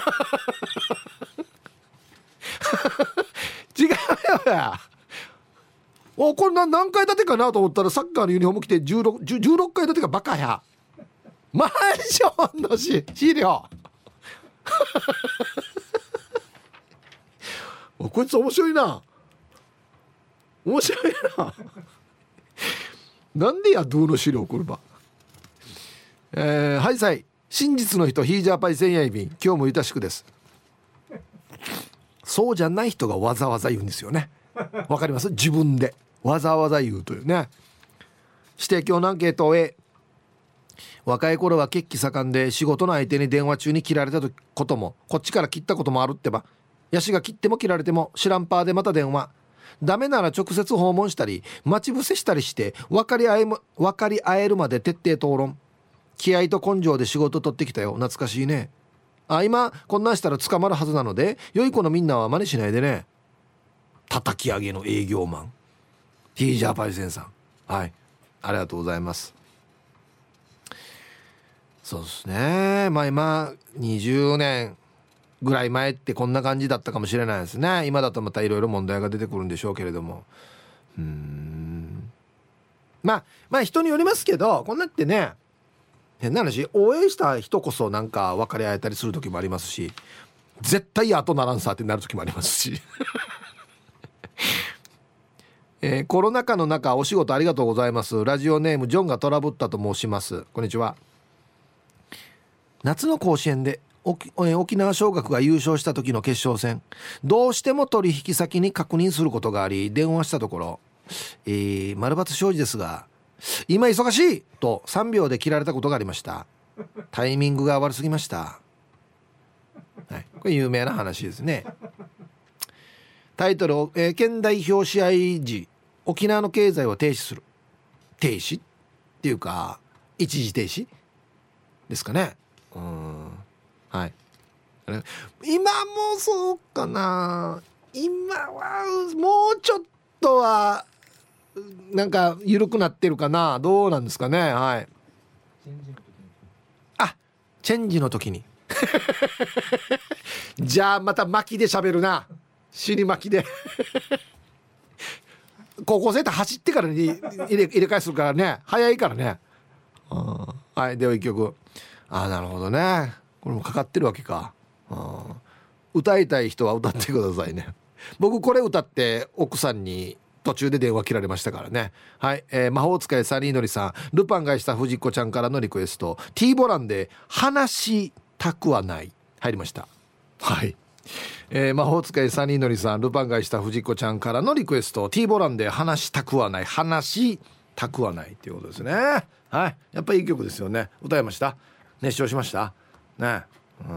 違うよや。おこれ何階建てかなと思ったらサッカーのユニフォーム着てじゅうろく、じゅうろくかい建てかバカや。マンションの資料おこいつ面白いな面白いななんでやドゥの資料送るば。えー、はいさい真実の人ヒージャーパイセンヤイビン今日もゆたしくです。そうじゃない人がわざわざ言うんですよね。わかります？自分でわざわざ言うというね。指定今日のアンケートを A。 若い頃は血気盛んで仕事の相手に電話中に切られたこともこっちから切ったこともあるってば。ヤシが切っても切られても知らんパーでまた電話。ダメなら直接訪問したり待ち伏せしたりして分かり合えむ、分かり合えるまで徹底討論。気合と根性で仕事取ってきたよ。懐かしいね。あ今こんなんしたら捕まるはずなので良い子のみんなは真似しないでね。叩き上げの営業マンヒージャーパイセンさん、はいありがとうございます。 そうですね。まあ今にじゅうねんぐらい前ってこんな感じだったかもしれないですね。今だとまたいろいろ問題が出てくるんでしょうけれども、うーんまあまあ人によりますけど、こんなってね、変な話、応援した人こそなんか分かり合えたりする時もありますし、絶対後ならんさってなる時もありますし、えー、コロナ禍の中お仕事ありがとうございます。ラジオネームジョンがトラブったと申します。こんにちは。夏の甲子園で沖, 沖縄尚学が優勝した時の決勝戦、どうしても取引先に確認することがあり電話したところ、えー、丸抜商事ですが今忙しいとさんびょうで切られたことがありました。タイミングが悪すぎました、はい、これ有名な話ですね。タイトル、えー、県代表試合時沖縄の経済を停止する。停止っていうか一時停止ですかね。うーん、はい。今もそうかな。今はもうちょっとはなんか緩くなってるかな。どうなんですかね。はい。あ、チェンジの時にじゃあまた巻きで喋るな。尻巻きで高校生って走ってからに入れ、入れ替えするからね、早いからね。あ、はい。では一曲。ああ、なるほどね。これもかかってるわけか。あ、歌いたい人は歌ってくださいね。僕これ歌って奥さんに途中で電話切られましたからね。はい、えー、魔法使いサニーのりさん、ルパンがした藤子ちゃんからのリクエスト、 T ボランで話したくはない入りました。はい、えー、魔法使いサニーのりさん、ルパンがした藤子ちゃんからのリクエスト、 T ボランで話したくはない、話したくはないっていうことですね。はい、やっぱりいい曲ですよね。歌いました、熱唱しましたね。うん、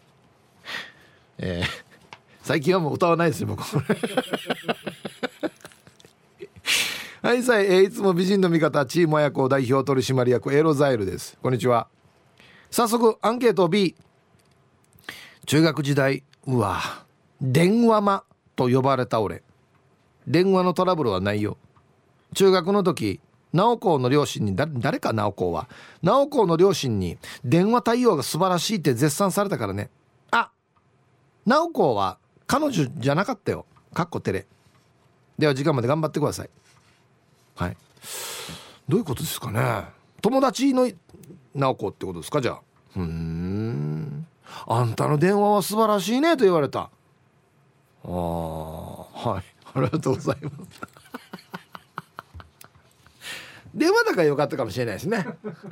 えー、最近はもう歌わないですよ僕はいさい、えー、いつも美人の味方チーム親子代表取締役エロザイルです。こんにちは。早速アンケート B。 中学時代、うわ電話魔と呼ばれた俺。電話のトラブルはないよ。中学の時直子の両親に、だ誰か直子は直子の両親に電話対応が素晴らしいって絶賛されたからね。あ、直子は彼女じゃなかったよ。かっこ照れ。では時間まで頑張ってください。はい、どういうことですかね。友達の直子ってことですか。じゃあ、うーん、あんたの電話は素晴らしいねと言われた。ああ、はい、ありがとうございます電話だから良かったかもしれないですね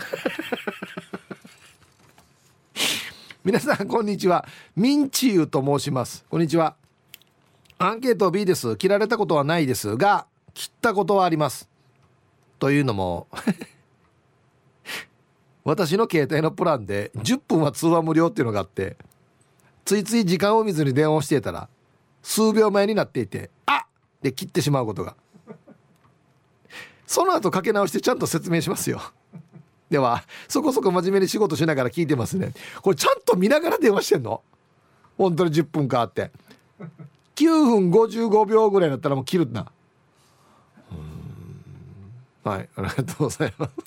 皆さんこんにちは、ミンチユと申します。こんにちは。アンケート B です。切られたことはないですが切ったことはあります。というのも私の携帯のプランでじゅっぷんは通話無料っていうのがあって、ついつい時間を見ずに電話をしていたら数秒前になっていて、あで切ってしまうことが。その後かけ直してちゃんと説明しますよ。ではそこそこ真面目に仕事しながら聞いてますね。これちゃんと見ながら電話してんの？本当にじゅっぷんかってきゅうふんごじゅうごびょうぐらいだったらもう切るんだ。うーん、はい、ありがとうございます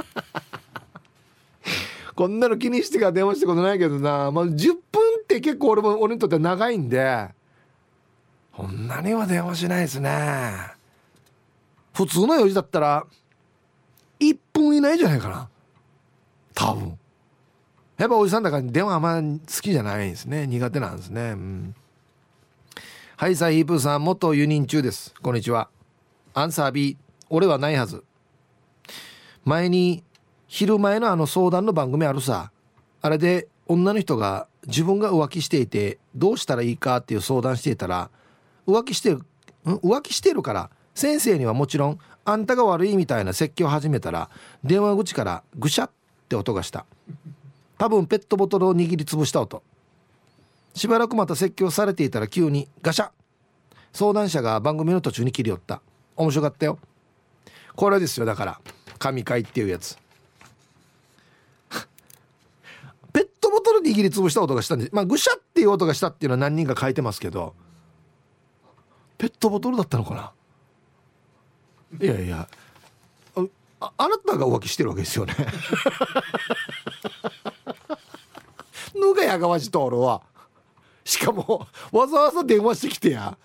こんなの気にしてから電話したことないけどな、まあ、じゅっぷんって結構俺も俺にとっては長いんで、こんなには電話しないですね。普通の用事だったらいっぷん以内じゃないかな多分。やっぱおじさんだから電話あんま好きじゃないんですね。苦手なんですね、うん、はいさあ、ヒープーさん、元輸入中です。こんにちは。アンサー B。 俺はないはず。前に昼前のあの相談の番組あるさ、あれで女の人が自分が浮気していてどうしたらいいかっていう相談していたら、浮気してる浮気してるから先生にはもちろんあんたが悪いみたいな説教を始めたら、電話口からぐしゃって音がした。多分ペットボトルを握りつぶした音。しばらくまた説教されていたら急にガシャ。相談者が番組の途中に切り寄った。面白かったよ。これですよ、だから神回っていうやつペットボトル握りつぶした音がしたんで、まあぐしゃっていう音がしたっていうのは何人か書いてますけど、ペットボトルだったのかな。いやいや、 あ, あなたが浮気してるわけですよねぬがやがわしとおるわ。しかもわざわざ電話してきてや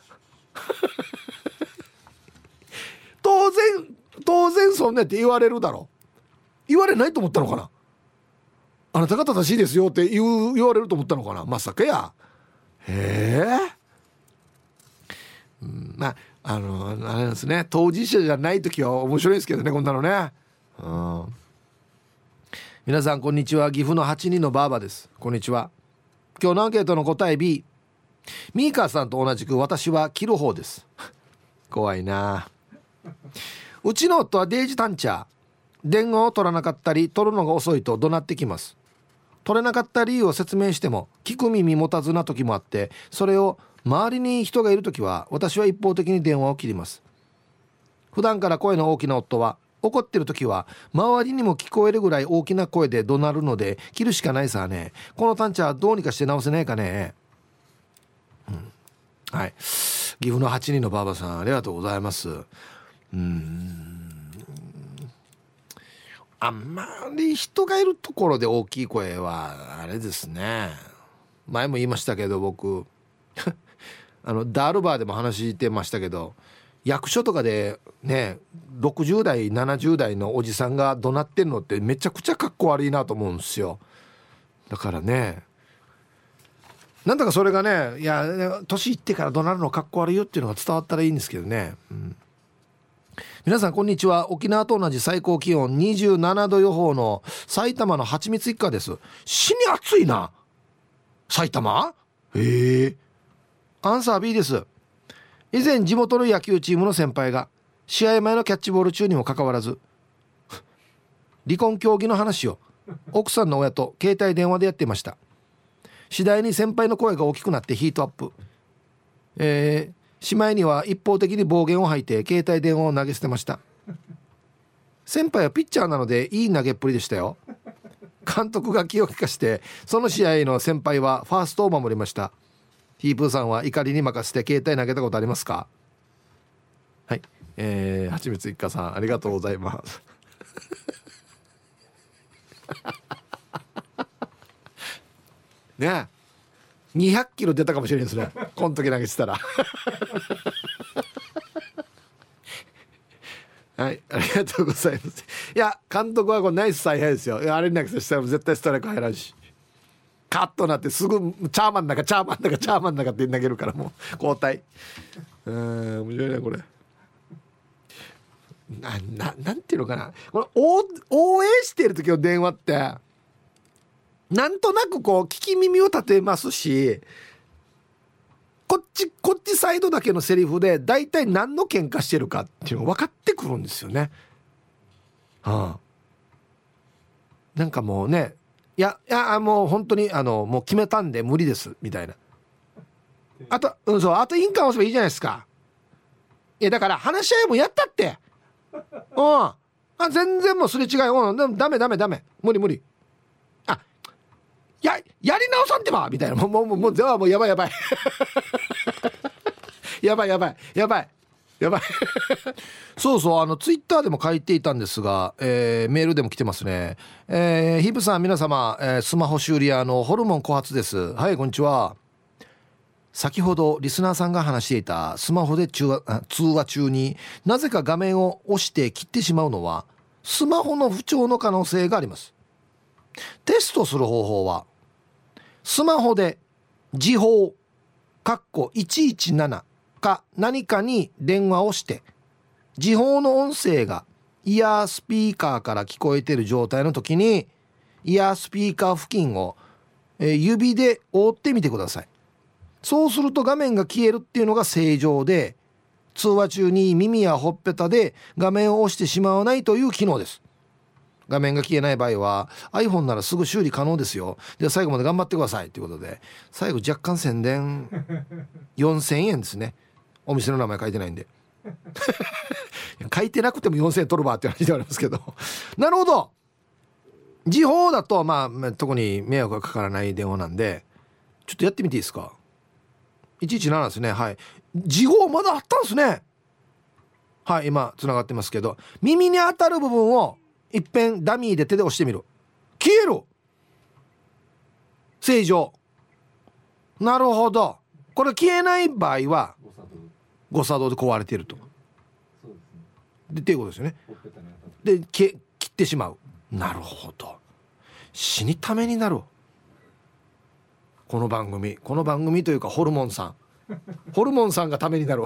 当然当然そんなって言われるだろ。言われないと思ったのかな。あなたが正しいですよって言う言われると思ったのかな。まさかや。へえ、うん、まああのあれなんですね、当事者じゃない時は面白いですけどね、こんなのね。うん、皆さんこんにちは。岐阜のはちにんのばあばです。こんにちは。今日のアンケートの答え B。 ミーカーさんと同じく私は切る方です怖いな。うちの夫はデイジタンチャー。電話を取らなかったり取るのが遅いと怒鳴ってきます。取れなかった理由を説明しても聞く耳持たずな時もあって、それを周りに人がいる時は私は一方的に電話を切ります。普段から声の大きな夫は怒ってる時は周りにも聞こえるぐらい大きな声で怒鳴るので切るしかないさね。このタンチャーどうにかして直せないかね。うん、はい、岐阜のはちにんのばあばさんありがとうございます。うーん、あんまり人がいるところで大きい声はあれですね。前も言いましたけど僕あのダールバーでも話してましたけど、役所とかでねろくじゅう代ななじゅう代のおじさんが怒鳴ってんのってめちゃくちゃかっこ悪いなと思うんですよ。だからね、なんだかそれがね、いや年いってから怒鳴るのかっこ悪いよっていうのが伝わったらいいんですけどね、うん、皆さんこんにちは。沖縄と同じ最高気温にじゅうななど予報の埼玉のはちみつ一家です。死に暑いな埼玉。へえ。アンサー B です。以前地元の野球チームの先輩が試合前のキャッチボール中にもかかわらず離婚協議の話を奥さんの親と携帯電話でやっていました。次第に先輩の声が大きくなってヒートアップ、えー、しまいには一方的に暴言を吐いて携帯電話を投げ捨てました。先輩はピッチャーなのでいい投げっぷりでしたよ。監督が気を利かしてその試合の先輩はファーストを守りました。ヒープーさんは怒りに任せて携帯投げたことありますか。はい、えー、はちみつ一家さんありがとうございますねえにひゃくキロ出たかもしれないですねこの時投げてたらはい、ありがとうございます。いや監督はこれナイス采配ですよ。あれに投げてしたら絶対ストライク入らんし、カットなってすぐチャーマンだかチャーマンだかチャーマンだかって投げるからもう交代。うーん面白いねこれ。な, な, なんていうのかな、これ応援している時の電話ってなんとなくこう聞き耳を立てますし、こっちこっちサイドだけのセリフで大体何の喧嘩してるかっていうのが分かってくるんですよね。はあ、なんかもうね、いやいやもう本当にあのもう決めたんで無理ですみたいな、あと、うん、そうあと印鑑押せばいいじゃないですか。いやだから話し合いもやったって、うんあ全然もうすれ違い、うんでもダメダメダメ無理無理、あややり直さんってばみたいな、もうもうもうもうもうやばいやばいやばいやばいやばいやばいそうそう、あのツイッターでも書いていたんですが、えー、メールでも来てますね。えー、ヒブさん皆様、えー、スマホ修理屋のホルモン小発です。はいこんにちは。先ほどリスナーさんが話していたスマホで通話、通話中になぜか画面を押して切ってしまうのはスマホの不調の可能性があります。テストする方法はスマホで時報かっこいちいちななか何かに電話をして時報の音声がイヤースピーカーから聞こえている状態の時にイヤースピーカー付近を指で覆ってみてください。そうすると画面が消えるっていうのが正常で、通話中に耳やほっぺたで画面を押してしまわないという機能です。画面が消えない場合は iPhone ならすぐ修理可能ですよ。では最後まで頑張ってくださいということで、最後若干宣伝よんせんえんですね。お店の名前書いてないんで書いてなくてもよんせんえん取るばって話でありますけどなるほど。時報だとまあ特に迷惑がかからない電話なんでちょっとやってみていいですか。いちいちななですね。はい、時報まだあったんですね。はい、今つながってますけど耳に当たる部分をいっぺんダミーで手で押してみる。消える。 正常。なるほど。これ消えない場合は誤作動で壊れていると。でっていうことですよね。でけ切ってしまう。なるほど。死にためになる。この番組この番組というかホルモンさんホルモンさんがためになる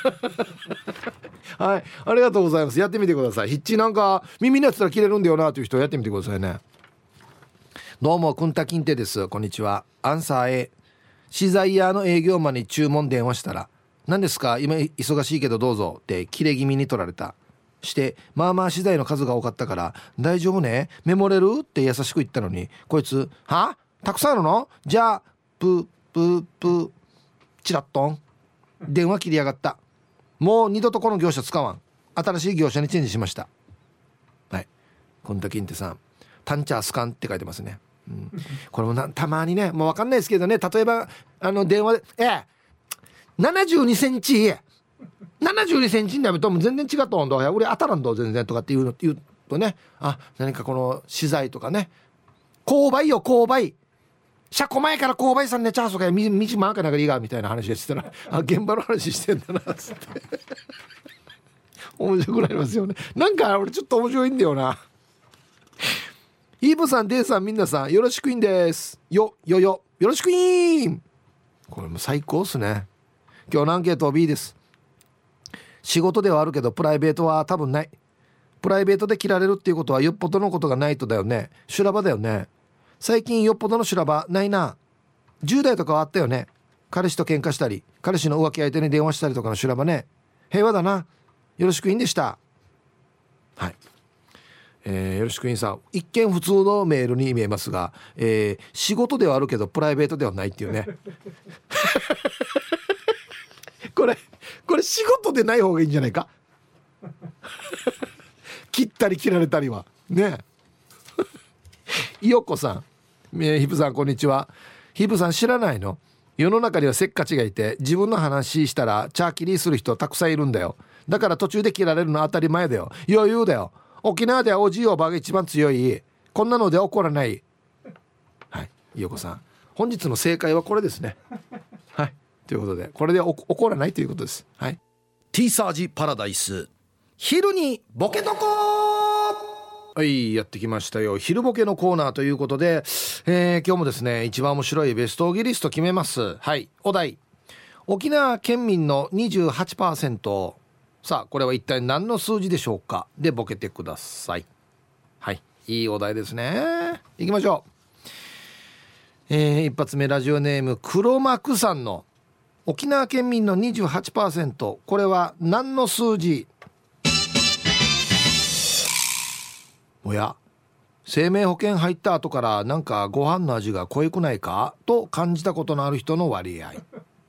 はい、ありがとうございます。やってみてください。ヒッチなんか耳のやつたら切れるんだよなという人はやってみてくださいね。どうもくんたきんてです。こんにちは。アンサー A。 資材屋の営業マンに注文電話したら、何ですか今忙しいけどどうぞって切れ気味に取られた。してまあまあ資材の数が多かったから大丈夫ねメモれるって優しく言ったのに、こいつはたくさんあるのじゃあプププチラッとン電話切りやがった。もう二度とこの業者使わん。新しい業者にチェンジしました。はい、こんたきんてさんタンチャースカンって書いてますね、うん、これもなたまにねもう分かんないですけどね、例えばあの電話でええななじゅうにセンチななじゅうにセンチになるともう全然違った温度俺当たらんど全然とかっていうの言うとね、あ何かこの資材とかね購買よ購買車庫前から購買さんねチャースとか道回かなんかいいがみたいな話でしたらあ現場の話してんだなっつって面白くなりますよね。なんか俺ちょっと面白いんだよな。イーブさんデイさんみんなさんよろしくいんですよよよよろしくいん。これも最高っすね。今日のアンケートは B です。仕事ではあるけどプライベートは多分ない。プライベートで切られるっていうことはよっぽどのことがないとだよね。修羅場だよね。最近よっぽどの修羅場ないな。じゅう代とかはあったよね。彼氏と喧嘩したり彼氏の浮気相手に電話したりとかの修羅場ね。平和だな。よろしくいんでした。はい、えー、よろしくいんさん一見普通のメールに見えますが、えー、仕事ではあるけどプライベートではないっていうねこれこれ仕事でない方がいいんじゃないか切ったり切られたりはねいよこさん、えー、ヒプさんこんにちは。ヒプさん知らないの？世の中にはせっかちがいて自分の話したらチャーキリする人たくさんいるんだよ。だから途中で切られるの当たり前だよ。余裕だよ。沖縄ではおじいおばあが一番強い。こんなので怒らない。はい、いよこさん本日の正解はこれですね。はいということでこれで怒らないということです。はい、 ティーサージパラダイス昼にボケとこはい、やってきましたよ。昼ボケのコーナーということで、えー、今日もですね一番面白いベストオギリスト決めます。はい、お題沖縄県民の にじゅうはちパーセント。 さあこれは一体何の数字でしょうかでボケてください。はい、いいお題ですね。いきましょう。えー、一発目ラジオネーム黒幕さんの沖縄県民の にじゅうはちパーセント、 これは何の数字？おや生命保険入った後からなんかご飯の味が濃くないかと感じたことのある人の割合。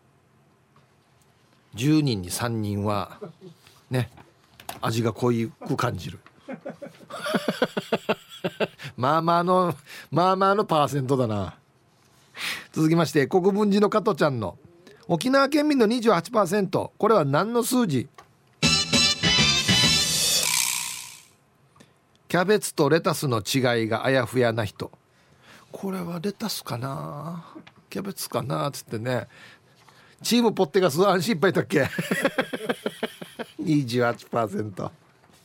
じゅうにんにさんにんはね味が濃く感じるまあまあのまあまあのパーセントだな。続きまして国分寺の加トちゃんの沖縄県民の にじゅうはちパーセント、 これは何の数字？キャベツとレタスの違いがあやふやな人。これはレタスかなキャベツかなつってね。チームポッテガス安心いっぱいだっけにじゅうはちパーセント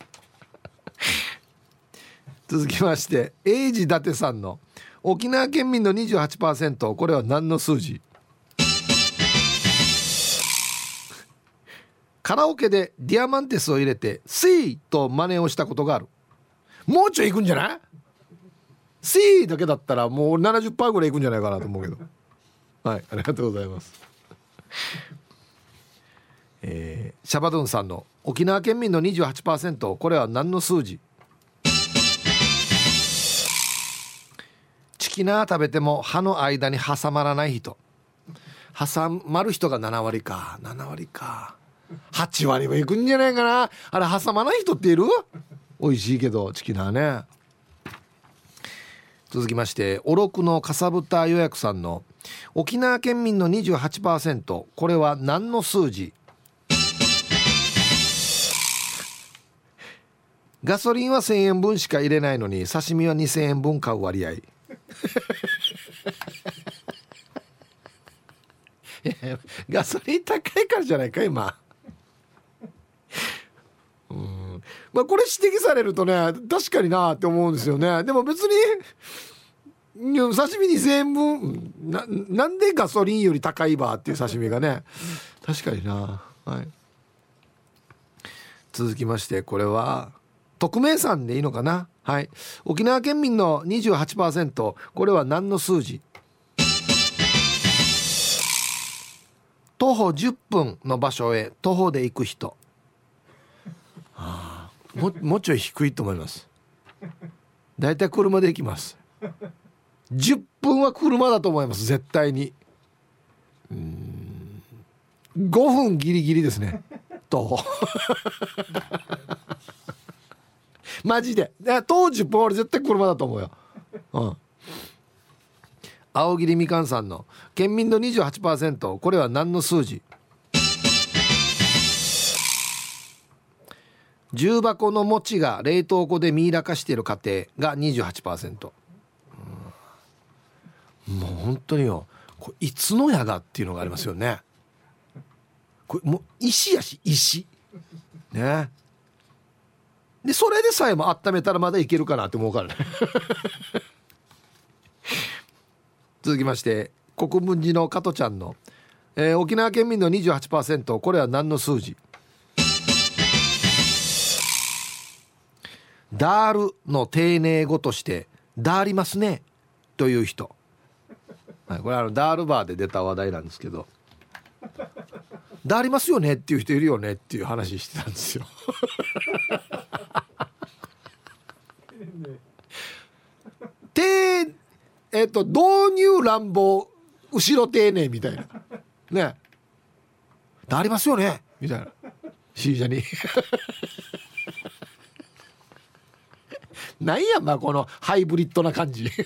続きましてエイジ伊達さんの沖縄県民の にじゅうはちパーセント、 これは何の数字？カラオケでディアマンテスを入れてシーと真似をしたことがある。もうちょい行くんじゃない？ C だけだったらもう ななじゅっパーセント ぐらい行くんじゃないかなと思うけどはい、ありがとうございますえー、シャバドゥンさんの沖縄県民の にじゅうはちパーセント、 これは何の数字？チキナー食べても歯の間に挟まらない人。挟まる人がななわりかななわりかはちわりは行くんじゃないかな。あれ挟まない人っている？美味しいけどチキナーね。続きましておろくのかさぶた予約さんの沖縄県民の にじゅうはちパーセント、 これは何の数字？ガソリンはせんえんぶんしか入れないのに刺身はにせんえんぶん買う割合ガソリン高いからじゃないか今。うん、まあこれ指摘されるとね確かになって思うんですよね。でも別に刺身にせんえんぶん な, なんでガソリンより高いばっていう刺身がね確かにな。はい、続きましてこれは匿名さんでいいのかな。はい、沖縄県民の にじゅうはちパーセント、 これは何の数字？徒歩じゅっぷんの場所へ徒歩で行く人。はあ、も, もうちょい低いと思います。だいたい車で行きます。じゅっぷんは車だと思います絶対に。うーんごふんギリギリですね徒歩マジで徒歩じゅっぷん俺絶対車だと思うよ。うん、青桐みかんさんの県民の にじゅうはちパーセント、 これは何の数字？重箱の餅が冷凍庫でミイラ化している家庭が にじゅうはちパーセント、うん、もう本当によこれいつのやがっていうのがありますよね。これもう石やし石ね。でそれでさえも温めたらまだいけるかなって思うからね続きまして国分寺の加トちゃんの、えー、沖縄県民の にじゅうはちパーセント、 これは何の数字？ダールの丁寧語としてダーりますねという人、はい、これはあのダールバーで出た話題なんですけど、ダーりますよねっていう人いるよねっていう話してたんですよてえっと導入乱暴後ろ丁寧みたいなね、ダーりますよねみたいなシージャになんやまあこのハイブリッドな感じ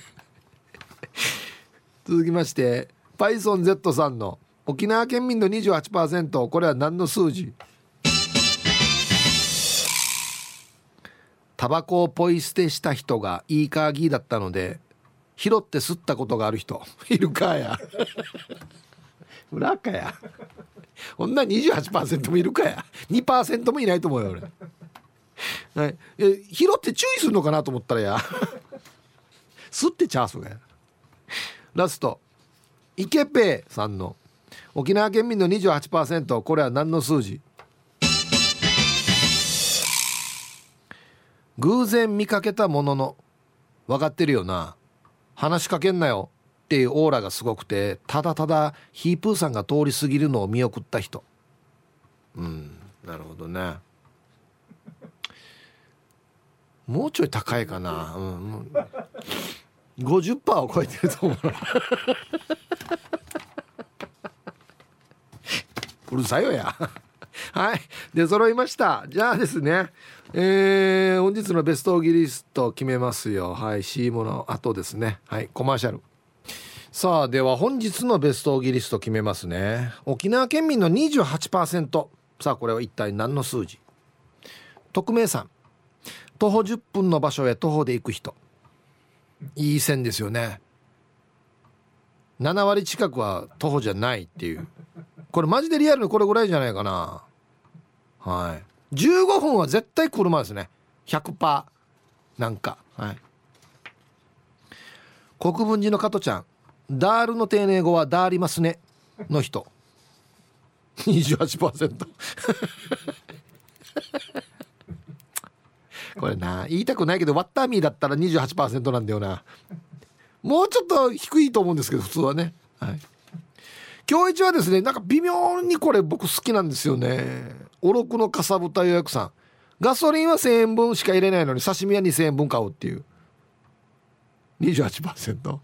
続きまして PythonZ さんの沖縄県民の にじゅうはちパーセント、 これは何の数字？タバコをポイ捨てした人がいいカーギーだったので拾って吸ったことがある人いるかや裏かやこんな にじゅうはちパーセント もいるかや にパーセント もいないと思うよ俺、はい、え拾って注意するのかなと思ったらや吸ってチャースがや。ラストイケペイさんの沖縄県民の にじゅうはちパーセント、 これは何の数字？偶然見かけたものの分かってるよな、話しかけんなよっていうオーラがすごくてただただヒープーさんが通り過ぎるのを見送った人。うん、なるほどね。もうちょい高いかな、うん、ごじゅっパーセント を超えてると思ううるさいよやはい出揃いました。じゃあですね、えー、本日のベストオギリスト決めますよ。はい シーエム の後ですね。はいコマーシャル。さあでは本日のベストオギリスト決めますね。沖縄県民の にじゅうはちパーセント、 さあこれは一体何の数字？匿名さん、徒歩じゅっぷんの場所へ徒歩で行く人。いい線ですよね。なな割近くは徒歩じゃないっていう、これマジでリアルにこれぐらいじゃないかな。はいじゅうごふんは絶対車ですね ひゃくパーセント なんか。はい国分寺の加トちゃん、ダールの丁寧語はダーりますねの人にじゅうはちパーセント これな言いたくないけどワッターミーだったら にじゅうはちパーセント なんだよな。もうちょっと低いと思うんですけど普通はね。はい今日一はですねなんか微妙にこれ僕好きなんですよね。おろくのかさぶた予約さん、ガソリンはせんえんぶんしか入れないのに刺身はにせんえんぶん買うっていう にじゅうはちパーセント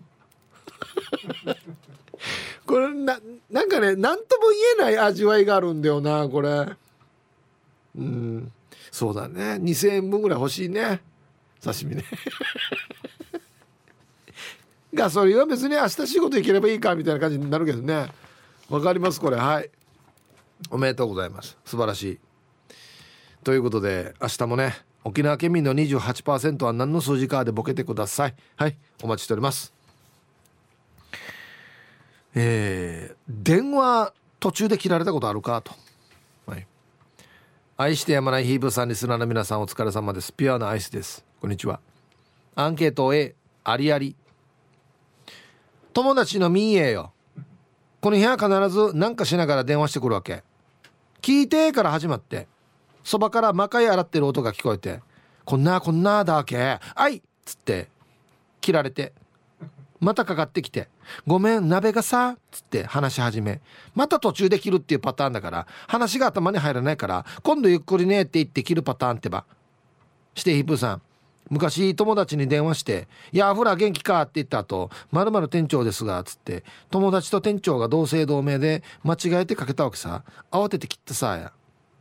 これな、なんかねなんとも言えない味わいがあるんだよなこれ。うんそうだねにせんえんぶんぐらい欲しいね刺身ねガソリンは別に明日仕事行ければいいかみたいな感じになるけどね。わかりますこれ。はいおめでとうございます。素晴らしい。ということで明日もね沖縄県民の にじゅうはちパーセント は何の数字かでボケてください。はいお待ちしております。 えー、電話途中で切られたことあるかと、はい、愛してやまないヒーブーさん、リスナーの皆さんお疲れ様です。ピュアなアイスです。こんにちは。アンケート A、 ありあり。友達のミーエよ、この部屋必ず何かしながら電話してくるわけ。聞いてから始まって、そばから魔界洗ってる音が聞こえて、こんなこんなだけあいっつって切られて、またかかってきて、ごめん鍋がさっつって話し始め、また途中で切るっていうパターンだから、話が頭に入らないから、今度ゆっくりねって言って切るパターンってばしてヒップーさん、昔友達に電話して「いやフラ元気か?」って言った後「〇〇店長ですが」つって、友達と店長が同姓同名で間違えてかけたわけさ。慌てて切ったさや。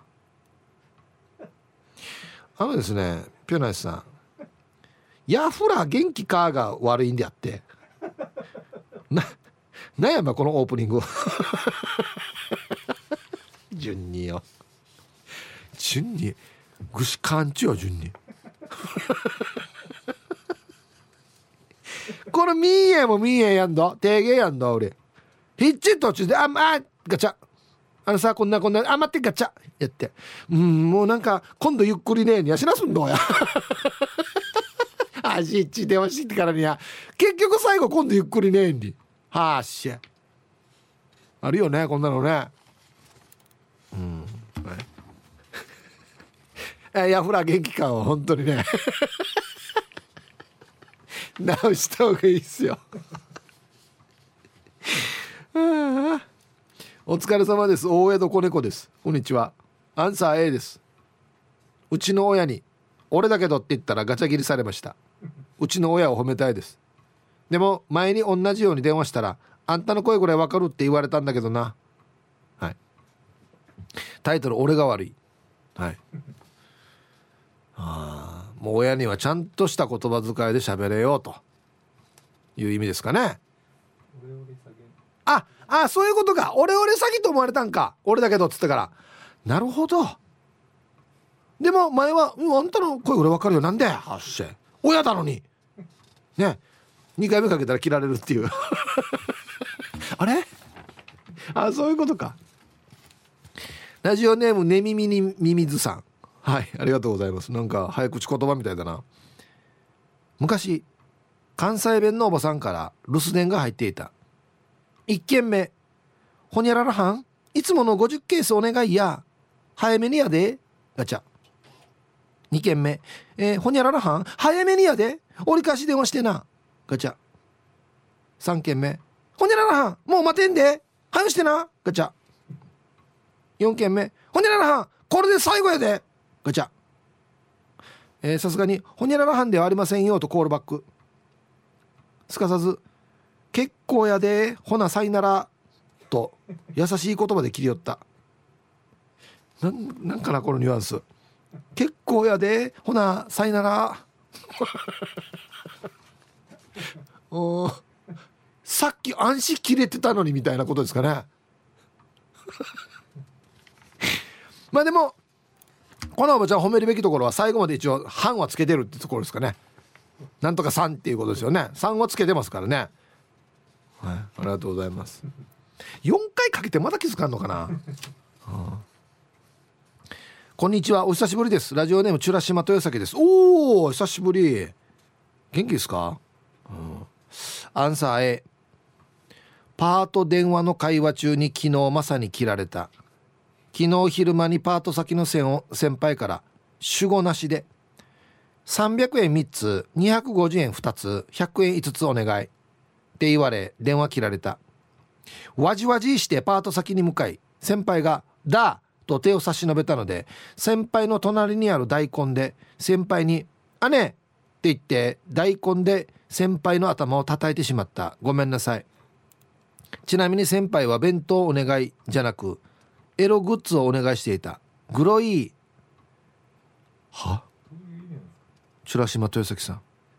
あのですね、ピョナイスさん、ヤフラ元気かが悪いんであってな、なんやまこのオープニング順によ、順にぐしかんちよ、順にこのミーエもミーエやんだ、提言やんだ俺。ヒッチ途中でああガチャ、あのさこんなこんなあ待ってガチャやって、うんもうなんか今度ゆっくりねにやしなすんどやあしっち電話してからにや、結局最後今度ゆっくりねんにはっしゃあるよね、こんなのね。うん、はい、ヤフラ元気感は本当にね直した方がいいっすよお疲れ様です。大江戸子猫です。こんにちは。アンサー A です。うちの親に俺だけどって言ったらガチャ切りされました。うちの親を褒めたいです。でも前に同じように電話したら、あんたの声ぐらいわかるって言われたんだけどな。はい、タイトル俺が悪い。はい、あもう親にはちゃんとした言葉遣いで喋れようという意味ですかね。ああそういうことか。俺俺詐欺と思われたんか、俺だけどっつってから。なるほど。でも前は、うん、あんたの声俺分かるよ、なんではっしゃ親だのにね、にかいめかけたら切られるっていうあれあそういうことか。ラジオネームねみみにみみずさん、はい、ありがとうございます。なんか早口言葉みたいだな。昔関西弁のおばさんから留守電が入っていた。いっけんめ、ほにゃららはんいつものごじゅっケースお願いや、早めにやでガチャ。にけんめ、えー、ほにゃららはん早めにやで折り返し電話してなガチャ。さんけんめ、ほにゃららはんもう待てんで早くしてなガチャ。よんけんめ、ほにゃららはんこれで最後やでガチャ。えー、さすがにほにゃららはんではありませんよとコールバック。すかさず結構やでほなさいならと優しい言葉で切り寄った。な ん, なんかなこのニュアンス。結構やでほなさいならおさっき安心切れてたのにみたいなことですかねまあでもこのおばちゃん褒めるべきところは最後まで一応半はつけてるってところですかね。なんとかさんっていうことですよね。さんはつけてますからね。はい、ありがとうございます。よんかいかけてまだ気づかんのかな、はあ、こんにちは、お久しぶりです。ラジオネームチュラシマ豊崎です。おー久しぶり。元気ですか、うん、アンサー A、 パート電話の会話中に昨日まさに切られた。昨日昼間にパート先の先輩から主語なしでさんびゃくえんみっつにひゃくごじゅうえんふたつひゃくえんいつつお願いって言われ電話切られた。わじわじしてパート先に向かい、先輩がだと手を差し伸べたので、先輩の隣にある大根で先輩にあねって言って大根で先輩の頭を叩いてしまった。ごめんなさい。ちなみに先輩は弁当お願いじゃなくエログッズをお願いしていた。グロいはチュラシマ豊崎さん、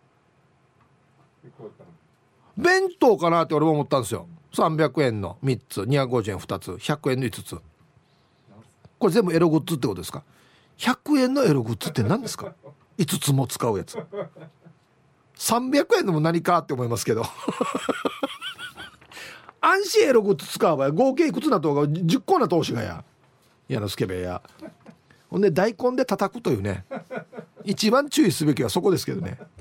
弁当かなって俺も思ったんですよ。さんびゃくえんのみっつにひゃくごじゅうえんふたつひゃくえんのいつつ、これ全部エログッズってことですか。ひゃくえんのエログッズって何ですか。いつつも使うやつ。さんびゃくえんのも何かって思いますけど安心エログッズ使う場合合計いくつなとがじゅっこな投資がややのスケベやほんで大根で叩くというね一番注意すべきはそこですけどね